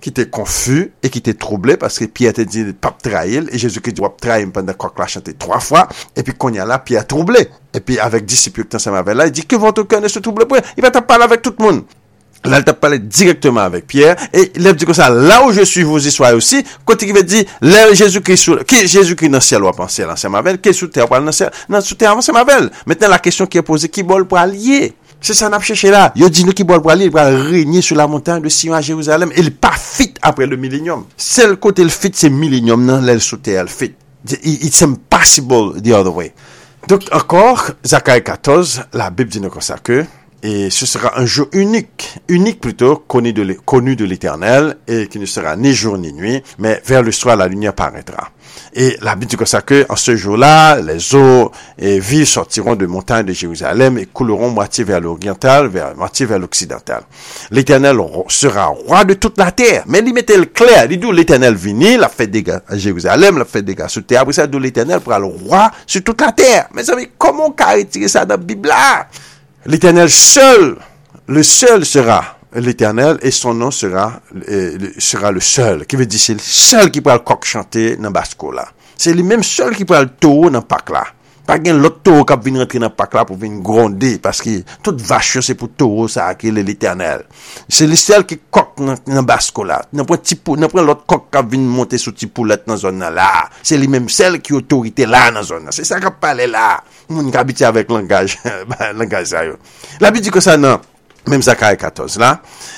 qui était confus et qui était troublé parce que Pierre t'a dit pas trahir et Jésus-Christ dit va trahir pendant qu'on l'a chanté 3 fois et puis qu'on y a là Pierre troublé et puis avec disciples qui ensemble avec là il dit que votre cœur ne se trouble pas, il va te parler avec tout le monde. Là, il t'a parlé directement avec Pierre, et il a dit comme ça, là où je suis, vous y soyez aussi, quand il veut dire, là, Jésus-Christ dans le ciel, on va penser, là, c'est Mavel, qui est sous terre, dans le ciel, non, sous terre, c'est Mavel. Maintenant, la question qui est posée, qui bol pour allier? C'est ça, on a cherché là. Il dit, nous, qui bol pour allier, il va régner sur la montagne de Sion à Jérusalem, et il pas fit après le millénium. C'est le côté le fit, c'est millénium, non, l'aile sous terre, le fit. It's impossible the other way. Donc, encore, Zacharie 14, la Bible dit nous comme ça que, et ce sera un jour unique plutôt, connu de l'Éternel, et qui ne sera ni jour ni nuit, mais vers le soir la lumière paraîtra. Et la Bible dit comme ça que, en ce jour-là, les eaux et vives sortiront de montagnes de Jérusalem et couleront moitié vers l'oriental, moitié vers l'occidental. L'Éternel sera roi de toute la terre. Mais il mettait le clair, il dit d'où l'Éternel vini, la fait des gars à Jérusalem, la fait des gars sur terre, après ça, d'où l'Éternel pourra le roi sur toute la terre. Mais ça veut dire, comment on peut retirer ça dans la Bible là? L'Éternel seul, le seul sera l'Éternel et son nom sera le seul. Qui veut dire c'est le seul qui pourra le coq chanter dans Basco là. C'est lui même seul qui pourra le taureau dans Pâques là. Pas qu'un l'autre taureau qui vient rentrer dans Pâques là pour venir gronder parce que toute vache c'est pour taureau ça qui est l'Éternel. C'est le seul qui coq dans Basco là. N'importe l'autre coq qui vient monter sur petit poulette dans zone là. C'est lui même seul qui autorité là dans zone là. C'est ça qu'a parlé là. Moun qui habite avec langage ça yo. La Bible dit que ça non. Même Zacharie 14 là.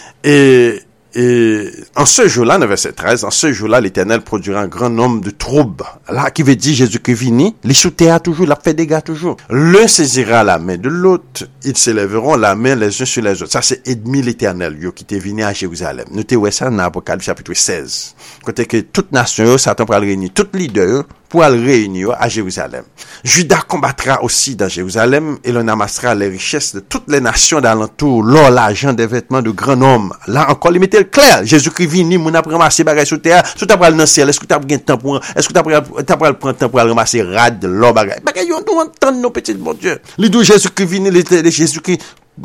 Et en ce jour-là, dans verset 13, en ce jour-là, l'Éternel produira un grand nombre de troubles. Là, qui veut dire Jésus-Christ vini, les sous terre toujours, la fait des gars toujours. L'un saisira la main de l'autre, ils s'élèveront la main les uns sur les autres. Ça, c'est ennemi l'Éternel, yo, qui était venu à Jérusalem. Notez où ça, dans Apocalypse chapitre 16. Côté que toute nation, Satan pourra le réunir, tout leader, pour le réunir à Jérusalem. Judas combattra aussi dans Jérusalem et l'on amassera les richesses de toutes les nations d'alentour, l'or, l'argent, des vêtements de grands hommes. Là encore, il mettait le clair. Jésus-Christ vini, mon a ramassé bagay sur terre, tout après dans le ciel. Est-ce que tu as pris temps pour, est-ce que tu as pris le temps pour ramasser rad de l'or bagay? Bagay, on doit entendre nos petits bon Dieu. Les deux Jésus-Christ vini, Jésus-Christ,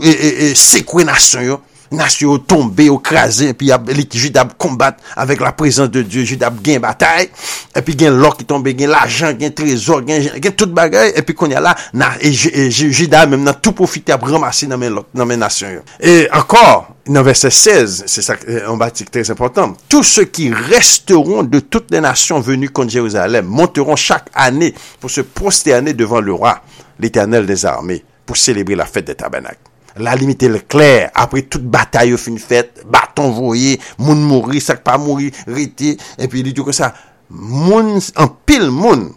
secoué nation, yo. Nation tombé, écrasé, et puis les Judas combattent avec la présence de Dieu, Judas gagne bataille, et puis gagne l'or qui tombe, gagne l'argent, gagne trésor, gagne toute bagaille, et puis qu'on y a là, Judas même n'a tout profité à ramasser dans mes nations. Et encore, dans verset 16, c'est ça, on va dire très important, tous ceux qui resteront de toutes les nations venues contre Jérusalem monteront chaque année pour se prosterner devant le roi, l'Éternel des armées, pour célébrer la fête des tabernacles. La limite est claire. Après toute bataille, fin faite, bâton voyé, moun mourir, ça pas mourir, rete, et puis il dit que ça, moun, en pile moun,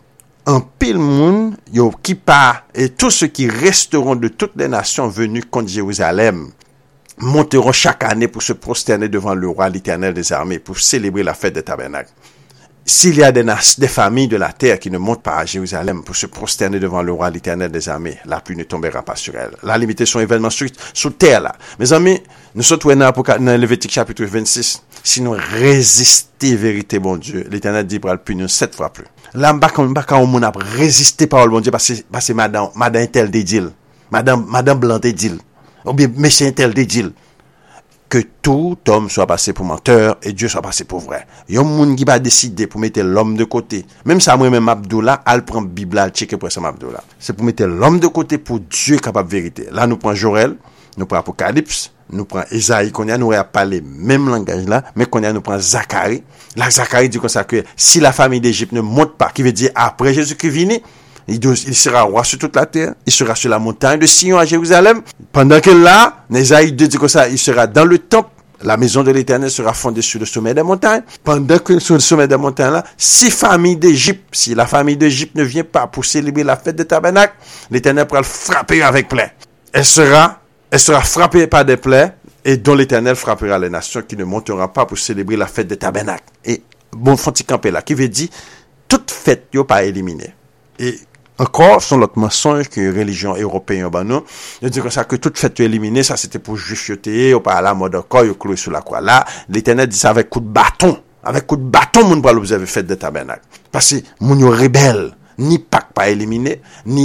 yo qui part, et tous ceux qui resteront de toutes les nations venues contre Jérusalem, monteront chaque année pour se prosterner devant le roi, l'Éternel des armées, pour célébrer la fête des tabernacles. S'il y a des familles de la terre qui ne montent pas à Jérusalem pour se prosterner devant le roi, l'Éternel des armées, la pluie ne tombera pas sur elle. La limite son événement sous terre là. Mes amis, nous sommes dans Lévitique chapitre 26. Si nous résistons vérité, bon Dieu, l'Éternel dit pour le punir 7 fois plus. Là, on moun a résisté par le bon Dieu parce que madame tel dédile. Madame blanc dédile. Ou bien monsieur tel dédile. Que tout homme soit passé pour menteur et Dieu soit passé pour vrai. Yon moun qui va décider pour mettre l'homme de côté. Même ça, moi-même, Abdullah, elle prend Bible, elle check pour ça, Abdullah. C'est pour mettre l'homme de côté pour Dieu capable de vérité. Là, nous prenons Joël, nous prenons Apocalypse, nous prenons Esaïe, qu'on a, nous a parlé même langage là, mais qu'on a, nous prenons Zacharie. Là, Zacharie dit comme ça que si la famille d'Égypte ne monte pas, qui veut dire après Jésus-Christ vini, il sera roi sur toute la terre. Il sera sur la montagne de Sion à Jérusalem. Pendant que là, Esaïe dit comme ça, il sera dans le temple. La maison de l'Éternel sera fondée sur le sommet des montagnes. Pendant que sur le sommet des montagnes là, si la famille d'Égypte ne vient pas pour célébrer la fête des tabernacles, l'Éternel pourra le frapper avec plaie. Elle sera frappée par des plaies et dont l'Éternel frappera les nations qui ne monteront pas pour célébrer la fête des tabernacles. Et bon, faut-il camper là, qui veut dire toute fête n'est pas éliminée. Et encore, son l'autre mensonge que religion européenne, nous dit comme ça que toute fête éliminée, ça c'était pour juifioter, ou pas à la mode encore, ou cloué sur la croix. Là, l'Éternel dit ça avec coup de bâton. Avec coup de bâton, moun pour l'observer fête des tabernacles. Parce que moun yo rebelle, ni Pâques pas éliminé, ni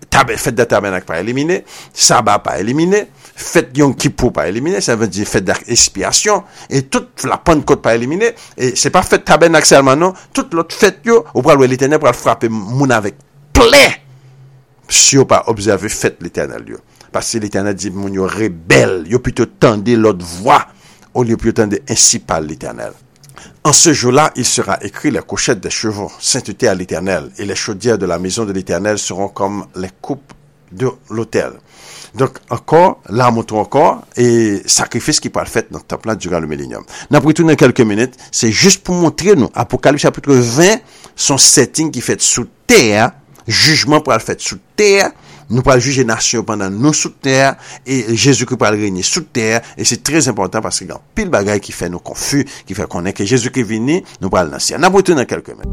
fête de tabernacle pas éliminé, sabbat pas éliminé, fête Yom Kippour pas éliminé, ça veut dire fête d'expiation, et toute la Pentecôte pas éliminé, et c'est pas fête tabernacle seulement, non, toute l'autre fête, yo, ou pour l'éternel, pour frapper moun avec plaie, si on pas observé fête l'éternel, yo. Parce que l'éternel dit, moun yo rebelle, yo plutôt tendez l'autre voix, au lieu plutôt tendez ainsi par l'éternel. En ce jour-là, il sera écrit les couchettes des chevaux, sainteté à l'Éternel, et les chaudières de la maison de l'Éternel seront comme les coupes de l'autel. Donc, encore, là, montrons encore, et sacrifice qui peut être fait dans le temple durant le millénium. Nous retournons quelques minutes, c'est juste pour montrer nous, Apocalypse chapitre 20, son setting qui fait sous terre, jugement pour être fait sous terre, nous pourrons juger nation pendant nous sous terre, et Jésus-Christ pourra régner sous terre, et c'est très important parce qu'il y a pile bagaille qui fait nous confus, qui fait qu'on est que Jésus-Christ est venu, nous pourrons lancer. Nous retournons dans quelques minutes.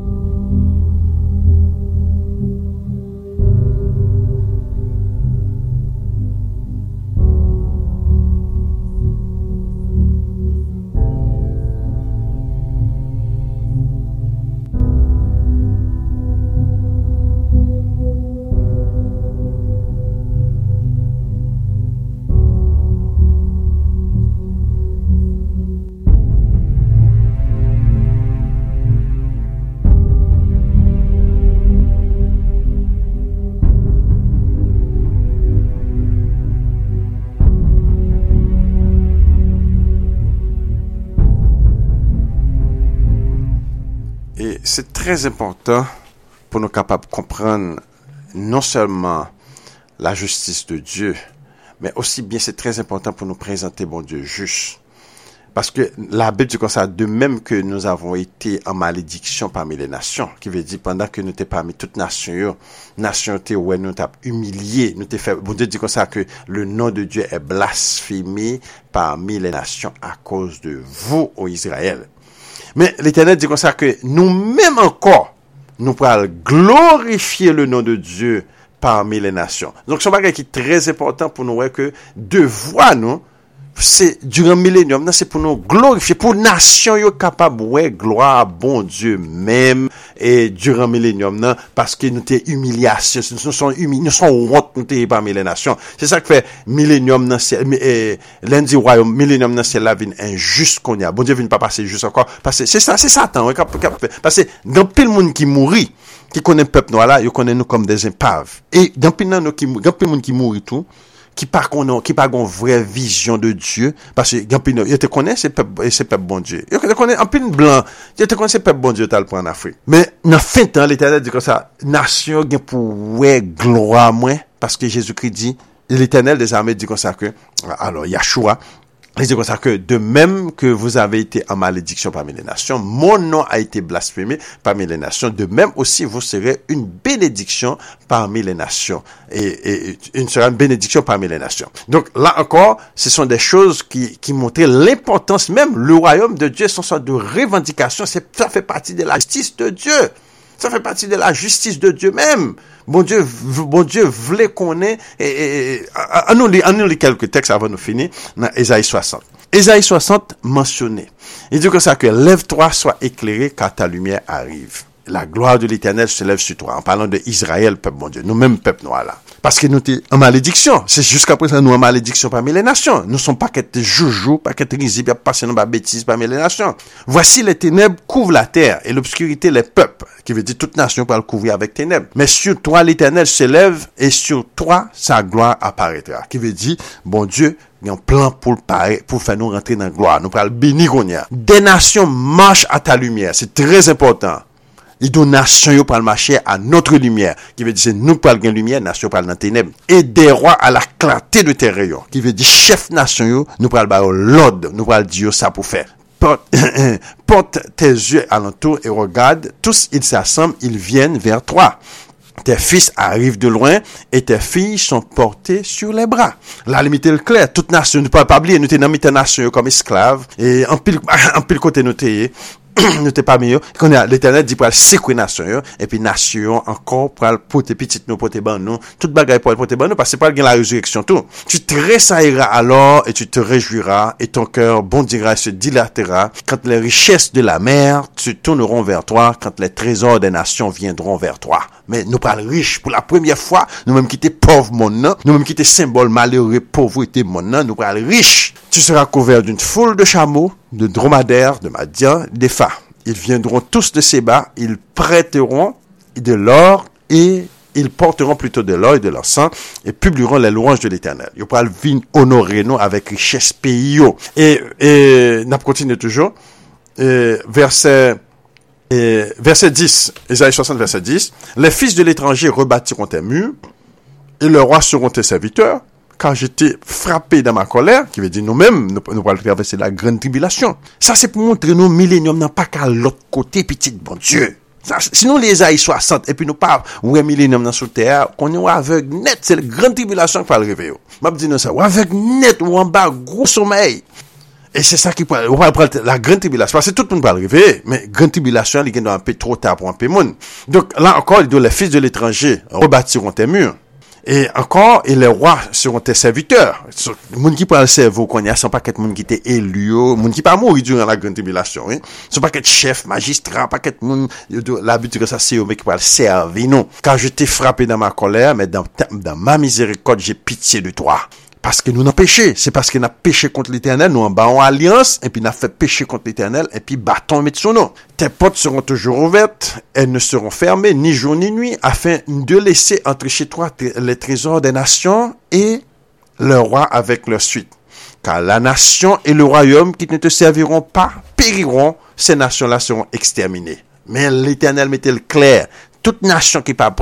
Et c'est très important pour nous capables de comprendre non seulement la justice de Dieu, mais aussi bien c'est très important pour nous présenter bon Dieu juste. Parce que la Bible dit comme ça, de même que nous avons été en malédiction parmi les nations, qui veut dire pendant que nous étions parmi toutes nations où nous t'avons humilié, nous t'avons fait, bon Dieu dit comme ça que le nom de Dieu est blasphémé parmi les nations à cause de vous, ô Israël. Mais l'Éternel dit comme ça que nous-mêmes encore, nous pourrons glorifier le nom de Dieu parmi les nations. Donc, c'est un bagage qui est très important pour nous, ouais, que devoir nous, c'est durant le millénium, c'est pour nous glorifier, pour nation yo capable ouais gloire à bon Dieu même et durant le millénium parce que nous t'es humiliation, nous sommes honte nous t'es parmi les nations. C'est ça que fait millénium c'est lundi royaume millénium c'est la vie injuste qu'on y a. Bon Dieu vient pas passer juste encore parce que c'est Satan parce que dans pile monde qui mourit qui connaît peuple noir là, yo connaît nous comme des épaves. Et dans pile monde qui mourit tout qui pas gon vraie vision de Dieu parce que il te connaît c'est peuple bon Dieu. Il te connaît en pile blanc, il te connaît c'est peuple bon Dieu t'as le prendre en Afrique. Mais dans fin temps l'Éternel dit comme ça, nation gen pour ouais gloire moins parce que Jésus-Christ dit l'Éternel des armées dit comme ça que alors Yahshua il dit comme ça que de même que vous avez été en malédiction parmi les nations, mon nom a été blasphémé parmi les nations. De même aussi, vous serez une bénédiction parmi les nations. Et sera une bénédiction parmi les nations. Donc là encore, ce sont des choses qui montrent l'importance même. Le royaume de Dieu, c'est une sorte de revendication. Ça fait partie de la justice de Dieu. Ça fait partie de la justice de Dieu même. Bon Dieu voulait qu'on ait, on nous lit quelques textes avant de finir, dans Ésaïe 60. Ésaïe 60 mentionné. Il dit comme ça que lève-toi, sois éclairé, car ta lumière arrive. La gloire de l'Éternel se lève sur toi. En parlant de Israël, peuple bon Dieu, nous-mêmes, peuple noir là. Parce que nous sommes en malédiction. C'est jusqu'à présent, nous en malédiction parmi les nations. Nous sommes pas qu'être joujou, pas qu'être risible, pas passer dans la bêtise parmi les nations. Voici les ténèbres couvrent la terre et l'obscurité les peuples. Qui veut dire toute nation peut le couvrir avec ténèbres. Mais sur toi, l'Éternel se lève et sur toi, sa gloire apparaîtra. Qui veut dire, bon Dieu, il y a un plan pour faire nous rentrer dans la gloire. Nous prenons le béni qu'on y a. Des nations marchent à ta lumière. C'est très important. Et donc, nation, yo pral marcher à notre lumière. Qui veut dire, c'est nous pral gen lumière, nation pral dans ténèbres. Et des rois à la clarté de tes rayons. Qui veut dire, chef nation yo, nous pral ba l'ordre, nous pral dire ça pour faire. Porte tes yeux alentour et regarde, tous ils s'assemblent, ils viennent vers toi. Tes fils arrivent de loin et tes filles sont portées sur les bras. La limite est claire. Toute nation, ne peut pas oublier, nous t'es dans nation comme esclaves et en pile côté nous t'es. nous t'es pas meilleur. Qu'on a l'Éternel dit pour secouer nation et puis nation encore pour porter petite nous porter ban nous toute bagaille pour porter ban nous parce que pas la résurrection tout. Tu te tressailleras alors et tu te réjouiras et ton cœur bondira et se dilatera quand les richesses de la mer se tourneront vers toi, quand les trésors des nations viendront vers toi. Mais nous parlons riches pour la première fois, nous-mêmes qui étions pauvres mon nous-mêmes qui étions symbole malheureux pauvreté mon nous parlons riches. Tu seras couvert d'une foule de chameaux, de dromadaires, de Madian, d'Épha. Ils viendront tous de Séba, ils prêteront de l'or et ils porteront plutôt de l'or et de l'encens et publieront les louanges de l'Éternel. Ils pourront venir honorer nous avec richesse pays. Et nous continuons toujours. Verset 10, Ésaïe 60, verset 10. Les fils de l'étranger rebâtiront tes murs et les rois seront tes serviteurs. Quand j'étais frappé dans ma colère, qui veut dire nous-mêmes, nous allons traverser la grande tribulation. Ça, c'est pour montrer nous, millénium, n'a pas qu'à l'autre côté, petit bon Dieu. Ça, sinon, les Ésaïe 60, et puis nous pas, ouais, millénium dans sous terre, qu'on est aveugle net, c'est la grande tribulation qui va le réveiller. M'a dit nous ça, ou aveugle net, ou en bas, gros sommeil. Et c'est ça qui peut, on va prendre la grande tribulation. Parce que tout le monde va arriver, mais grande tribulation, il est un peu trop tard pour un peu monde. Donc, là encore, il dit, les fils de l'étranger rebâtiront tes murs. Et encore, et les rois seront tes serviteurs. Les gens qui prennent le cerveau, qu'on y a, sont pas qu'être gens qui étaient élus, les gens qui pas mourir durant la grande tribulation, hein. Sont pas qu'être chef, magistrat, pas qu'être gens, l'habitude que ça, c'est eux, mais qui prennent le servir, non. Quand je t'ai frappé dans ma colère, mais dans ma miséricorde, j'ai pitié de toi. Parce que nous n'avons péché. C'est parce que nous avons péché contre l'Éternel, nous en battons alliance, et puis nous avons fait pécher contre l'Éternel, et puis battons mettre son nom. Tes portes seront toujours ouvertes, elles ne seront fermées, ni jour ni nuit, afin de laisser entrer chez toi les trésors des nations et le roi avec leur suite. Car la nation et le royaume qui ne te serviront pas périront, ces nations-là seront exterminées. Mais l'Éternel mettait le clair. Toute nation qui pas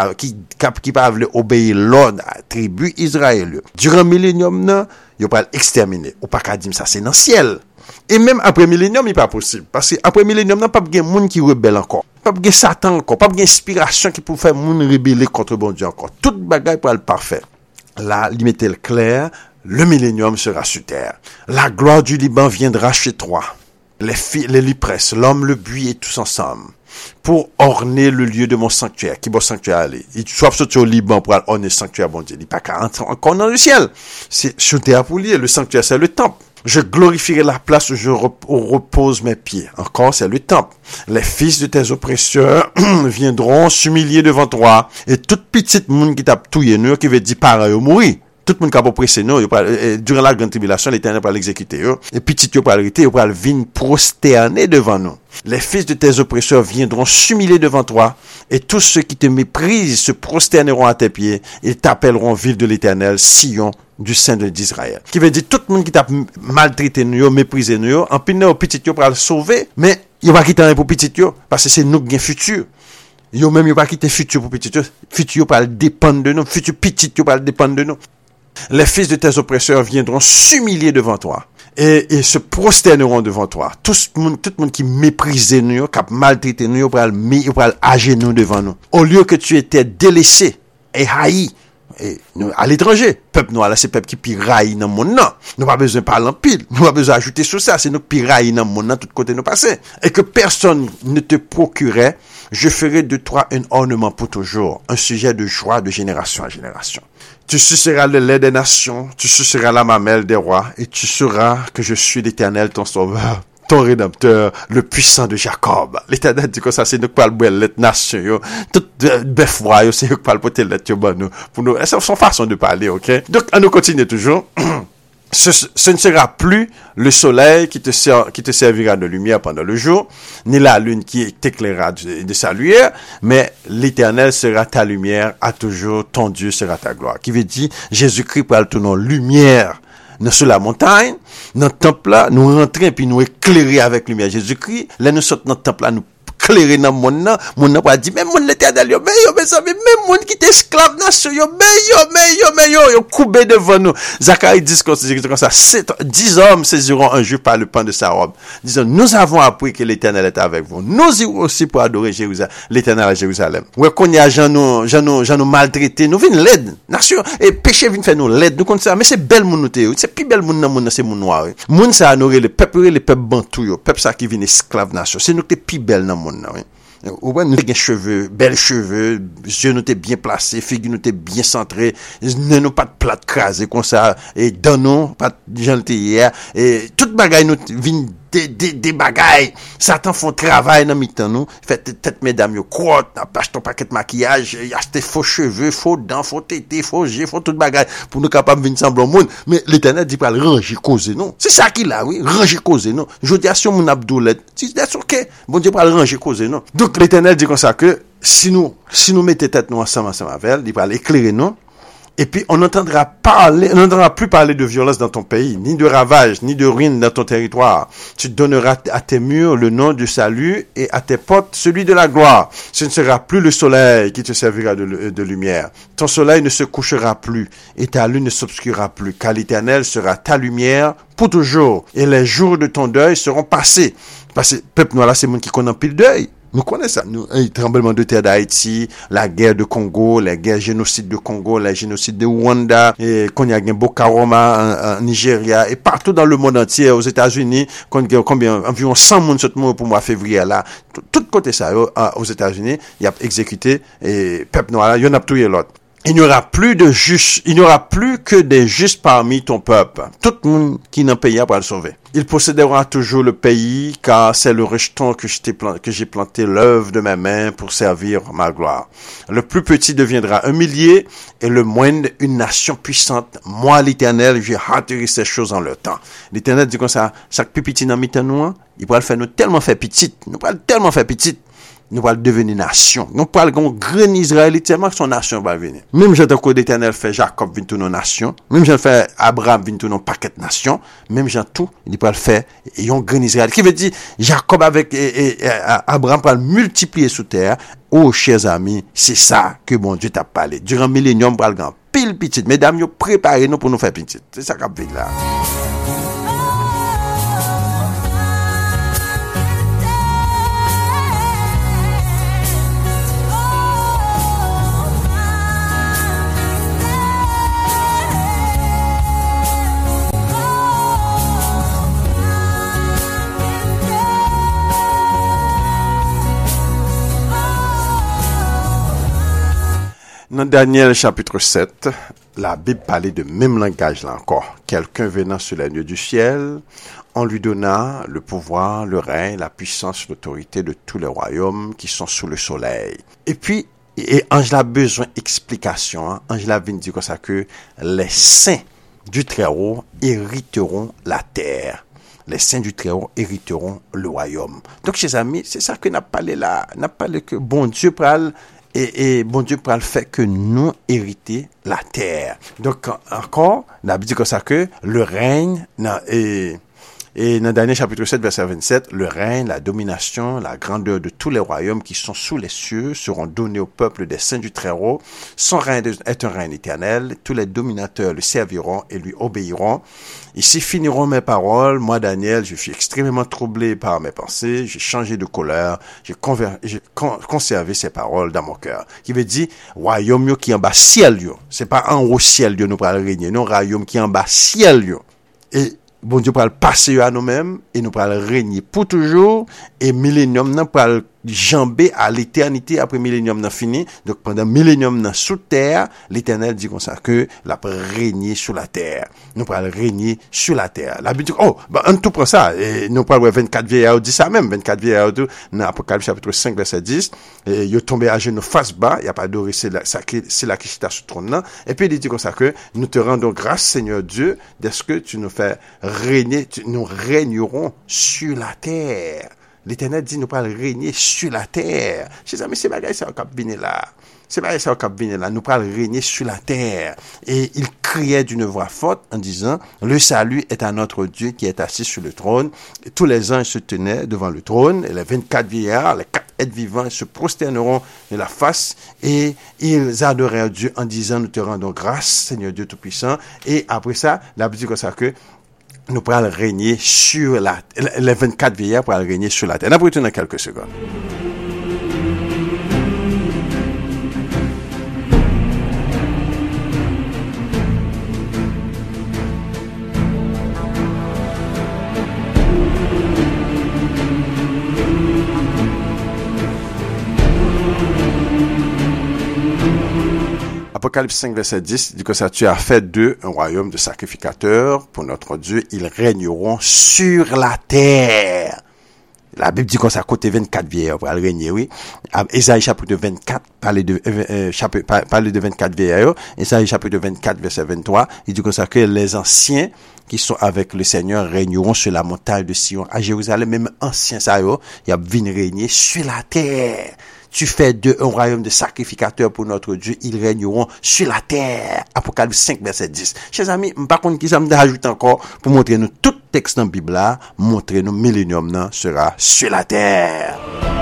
obéir l'ordre à tribu Israël. Durant millénium, non, il pas exterminé. Ou pas qu'à dire ça, c'est dans le ciel. Et même après millénium, il pas possible. Parce que après millénium, non, pas de monde qui rebelle encore. Pas de Satan encore. Pas d'inspiration qui peut faire monde rebeller contre bon Dieu encore. Toute bagaille pour être parfait. Là, il mettait le clair. Le millénium sera sur terre. La gloire du Liban viendra chez toi. Les lipresses, l'homme, le buis et tous ensemble. Pour orner le lieu de mon sanctuaire. Qui bon sanctuaire aller? Il soit sorti au Liban pour orner le sanctuaire, bon Dieu. Il n'y a pas qu'à entrer encore dans le ciel. C'est sur terre pour lui. Le sanctuaire, c'est le temple. Je glorifierai la place où je repose mes pieds. Encore, c'est le temple. Les fils de tes oppresseurs viendront s'humilier devant toi. Et toute petite monde qui t'a touillé, nous, qui veut dire pareil, mourir. Tout le monde qui a oppressé nous, durant la grande tribulation, l'Éternel va l'exécuter. Et petit, il va l'arrêter, il va venir prosterner devant nous. Les fils de tes oppresseurs viendront s'humilier devant toi, et tous ceux qui te méprisent se prosterneront à tes pieds, et t'appelleront ville de l'Éternel, Sion du sein d'Israël. Qui veut dire, tout le monde qui t'a maltraité nous, méprisé nous, en pinant petit, il va le sauver, mais il va quitter pour petit, parce que c'est nous qui avons futur. Yo même, il va quitter futur pour petit, futur va dépendre de nous, futur petit, va dépendre de nous. Les fils de tes oppresseurs viendront s'humilier devant toi et se prosterneront devant toi. Tout le monde qui méprisait nous, qui a maltraité nous, il va agir nous devant nous. Au lieu que tu étais délaissé et haï, et nous, à l'étranger, peuple noir, là, c'est peuple qui piraille dans mon nom. Nous pas besoin de parler en pile. Nous pas besoin d'ajouter sur ça. C'est nous piraille dans mon nom, tout côté nous passer. Et que personne ne te procurait, je ferai de toi un ornement pour toujours, un sujet de joie de génération à génération. Tu suceras le lait des nations, tu suceras la mamelle des rois, et tu sauras que je suis l'Éternel, ton sauveur, ton rédempteur, le puissant de Jacob. L'Éternel dit que ça, c'est nous qui parlons de la nation, toute bœuf roi, c'est nous qui parlons de la pour nous. C'est son façon de parler, ok? Donc, on nous continue toujours. Ce ne sera plus le soleil qui te servira de lumière pendant le jour, ni la lune qui t'éclairera de sa lumière, mais l'Éternel sera ta lumière à toujours, ton Dieu sera ta gloire. Qui veut dire, Jésus-Christ parle ton nom, lumière, sur la montagne, dans le temple là, nous rentrer puis nous éclairer avec lumière. Jésus-Christ, là nous sortons dans le temple là, nous éclairer dans monde nan pas dire même monde l'Éternel yo, mais ça même monde qui est esclave nation yo, mais yo coupé devant nous. Zacharie 10 comme ça, 10 hommes saisiront un juif par le pan de sa robe, disant nous avons appris que l'Éternel est avec vous. Nous irons aussi pour adorer Jérusalem, l'Éternel à Jérusalem. Ouais, qu'on y a gens nous maltraiter, nous vinn l'aide. Nation et péché vinn faire nous l'aide. Nous comme ça, mais c'est belle moun nous c'est plus belle moun nan moun c'est moun noir. Moun ça honorer le peuple bantou yo, peuple ça qui vient esclave nation. C'est nous qui plus belle nan moun nan. Ou bien nous avons cheveux, belles cheveux, yeux nous étaient bien placés, figure nous étaient bien centrés, nous pas de plate crasé comme ça, et dans nous, pas de gentil hier, et toute bagaille nous vient des bagailles. Satan font travail dans mi-temps nous, fait tête mesdames yo crotte, acheter ton paquet de maquillage, acheter faux cheveux, faux dents, faux tétés, faux yeux, faux toute bagaille pour nous capable venir semblant monde. Mais l'Éternel dit pas ranger causer non. C'est ça qu'il a, oui, ranger causer non. Je dis à son mon abdoulet, c'est OK. Bon Dieu pas ranger causer non. Donc l'Éternel dit comme ça que si nous mettons tête nous ensemble avec, il va éclairer nous. Et puis, on n'entendra plus parler de violence dans ton pays, ni de ravage, ni de ruine dans ton territoire. Tu donneras à tes murs le nom du salut et à tes portes celui de la gloire. Ce ne sera plus le soleil qui te servira de lumière. Ton soleil ne se couchera plus et ta lune ne s'obscurera plus, car l'Éternel sera ta lumière pour toujours. Et les jours de ton deuil seront passés. Parce que, peuple noir là, c'est le monde qui connaît pile deuil. Nous connaissons ça. Le tremblement de terre d'Haïti, la guerre de Congo, la guerre génocide de Congo, la génocide de Rwanda, et qu'on y a gagné Boko Haram en Nigeria, et partout dans le monde entier, aux États-Unis, qu'on y a environ 100 moun sur mois pour mois février là. Tout côté ça, aux États-Unis, il y a exécuté, et peuple noir là, il y en a tout l'autre. Il n'y aura plus que des justes parmi ton peuple. Tout le monde qui n'a payé pour le sauver. Il possédera toujours le pays, car c'est le rejeton que j'ai planté l'œuvre de mes mains pour servir ma gloire. Le plus petit deviendra un millier, et le moindre une nation puissante. Moi, l'Éternel, j'ai hâté ces choses en leur temps. L'Éternel dit comme ça, chaque plus petit dans mi-temps nous, il pourra le faire nous tellement faire petite. Nous allons devenir nation. Nous allons grand Israël, tellement que son nation va venir. Même j'entends que l'Éternel fait Jacob vient tout nos nations. Même j'en fait Abraham vient tout nos paquet de nations. Même j'en tout, il peut le faire et un grand Israël. Qui veut dire Jacob avec Abraham va multiplier sous terre. Oh, chers amis, c'est ça que bon Dieu t'a parlé. Durant millénium, va le grand pile petite. Mesdames, nous préparez-nous pour nous faire petite. C'est ça qu'on fait là. Dans Daniel chapitre 7, la Bible parlait de même langage là encore. Quelqu'un venant sur les lieux du ciel, on lui donna le pouvoir, le règne, la puissance, l'autorité de tous les royaumes qui sont sous le soleil. Et puis, Angela a besoin d'explication. Angela vient dire comme ça que les saints du Très-Haut hériteront la terre. Les saints du Très-Haut hériteront le royaume. Donc, chers amis, c'est ça que n'a parlé là. N'a parlé que bon Dieu pral et bon Dieu pral fait que nous hériter la terre. Donc, encore, n'a dit comme ça que le règne et dans Daniel chapitre 7, verset 27, le règne, la domination, la grandeur de tous les royaumes qui sont sous les cieux seront donnés au peuple des saints du Très-Haut. Son règne est un règne éternel. Tous les dominateurs le serviront et lui obéiront. Ici finiront mes paroles. Moi, Daniel, je suis extrêmement troublé par mes pensées. J'ai changé de couleur. J'ai conservé ces paroles dans mon cœur. Qui veut dire, royaume qui en bas ciel, yo. C'est pas en haut ciel, yo, nous pourrons régner. Non, royaume qui en bas ciel, yo. Et bon Dieu pourra le passer à nous-mêmes et nous pourra le régner pour toujours et millénium nous pourra le jamber à l'éternité après millénium n'a fini. Donc pendant millénium n'a sous terre, l'Éternel dit comme ça que la régner sur la terre. Nous pourra le régner sur la terre. La Bible dit on tout prend ça et nous pourra 24 vieillards dit ça même 24 vieillards dans Apocalypse chapitre 5 verset 10 et il tombé à genoux face bas, il y a pas adoré c'est la qui chita sur trône là et puis il dit comme ça que nous te rendons grâce Seigneur Dieu de ce que tu nous fais régner, nous régnerons sur la terre. L'Éternel dit, nous pourrons régner sur la terre. Chers amis, c'est bagaille, c'est un cap venu là. C'est bagaille, c'est un cap venu là. Nous pourrons régner sur la terre. Et il criait d'une voix forte en disant, le salut est à notre Dieu qui est assis sur le trône. Et tous les anges se tenaient devant le trône. Et les 24 vieillards, les 4 êtres vivants, se prosterneront de la face. Et ils adorèrent Dieu en disant, nous te rendons grâce, Seigneur Dieu Tout-Puissant. Et après ça, la Bible dit comme ça que nous pourrons régner sur les 24 vieillards pourront régner sur la terre. On va retourner dans quelques secondes. Apocalypse 5, verset 10, dit que ça, tu as fait d'eux un royaume de sacrificateurs pour notre Dieu. Ils régneront sur la terre. La Bible dit qu'on s'est à côté 24 vieillards pour régner, oui. Ésaïe chapitre 24, parler de 24 vieillards. Ésaïe chapitre 24, verset 23, il dit comme ça que les anciens qui sont avec le Seigneur régneront sur la montagne de Sion. À Jérusalem, même anciens, ça, il y a venu régner sur la terre. Tu fais d'eux un royaume de sacrificateurs pour notre Dieu. Ils régneront sur la terre. Apocalypse 5, verset 10. Chers amis, par contre, qui ça me ajoute encore pour montrer nous tout texte dans la Bible là, montrer nous millénium sera sur la terre.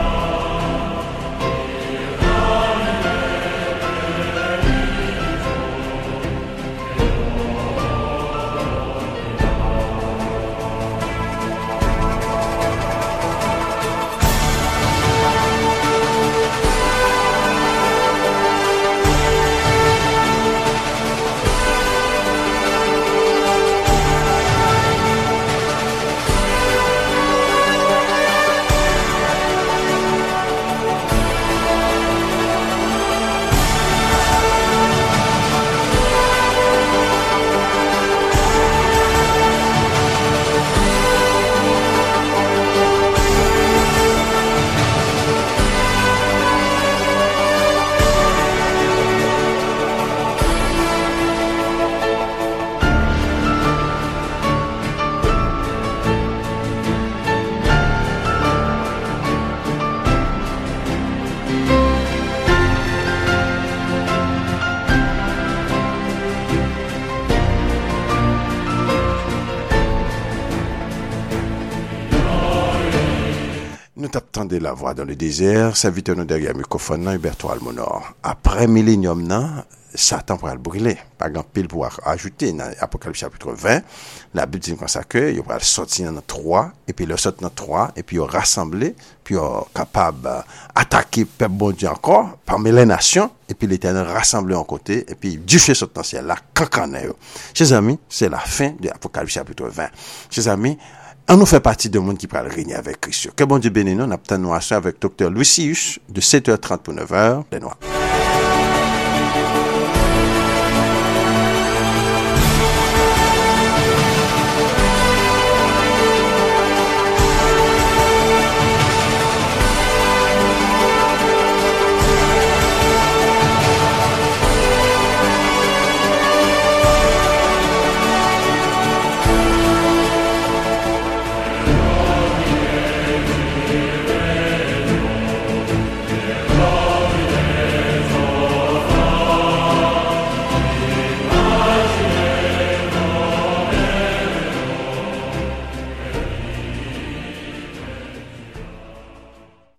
Nous t'attendons la voix dans le désert, serviteur-nous derrière microphone, Huberto Almonor. Après millénium, Satan pourra le brûler. Par exemple, il pourra ajouter dans Apocalypse chapitre 20, la Bible dit comme ça que il pourra sortir dans 3, et puis le sortir dans 3, et puis il rassembler, puis il capable attaquer peuple bon Dieu encore, parmi les nations, et puis l'Éternel rassemble en côté, et puis du feu sortir dans le ciel, là, cacané. Chers amis, c'est la fin de Apocalypse chapitre 20. Chers amis, on nous fait partie de monde qui peut régner avec Christ. Que bon Dieu bénisse nous, on a nous avec Dr. Louis Sius de 7h30 pour 9h, les Noirs.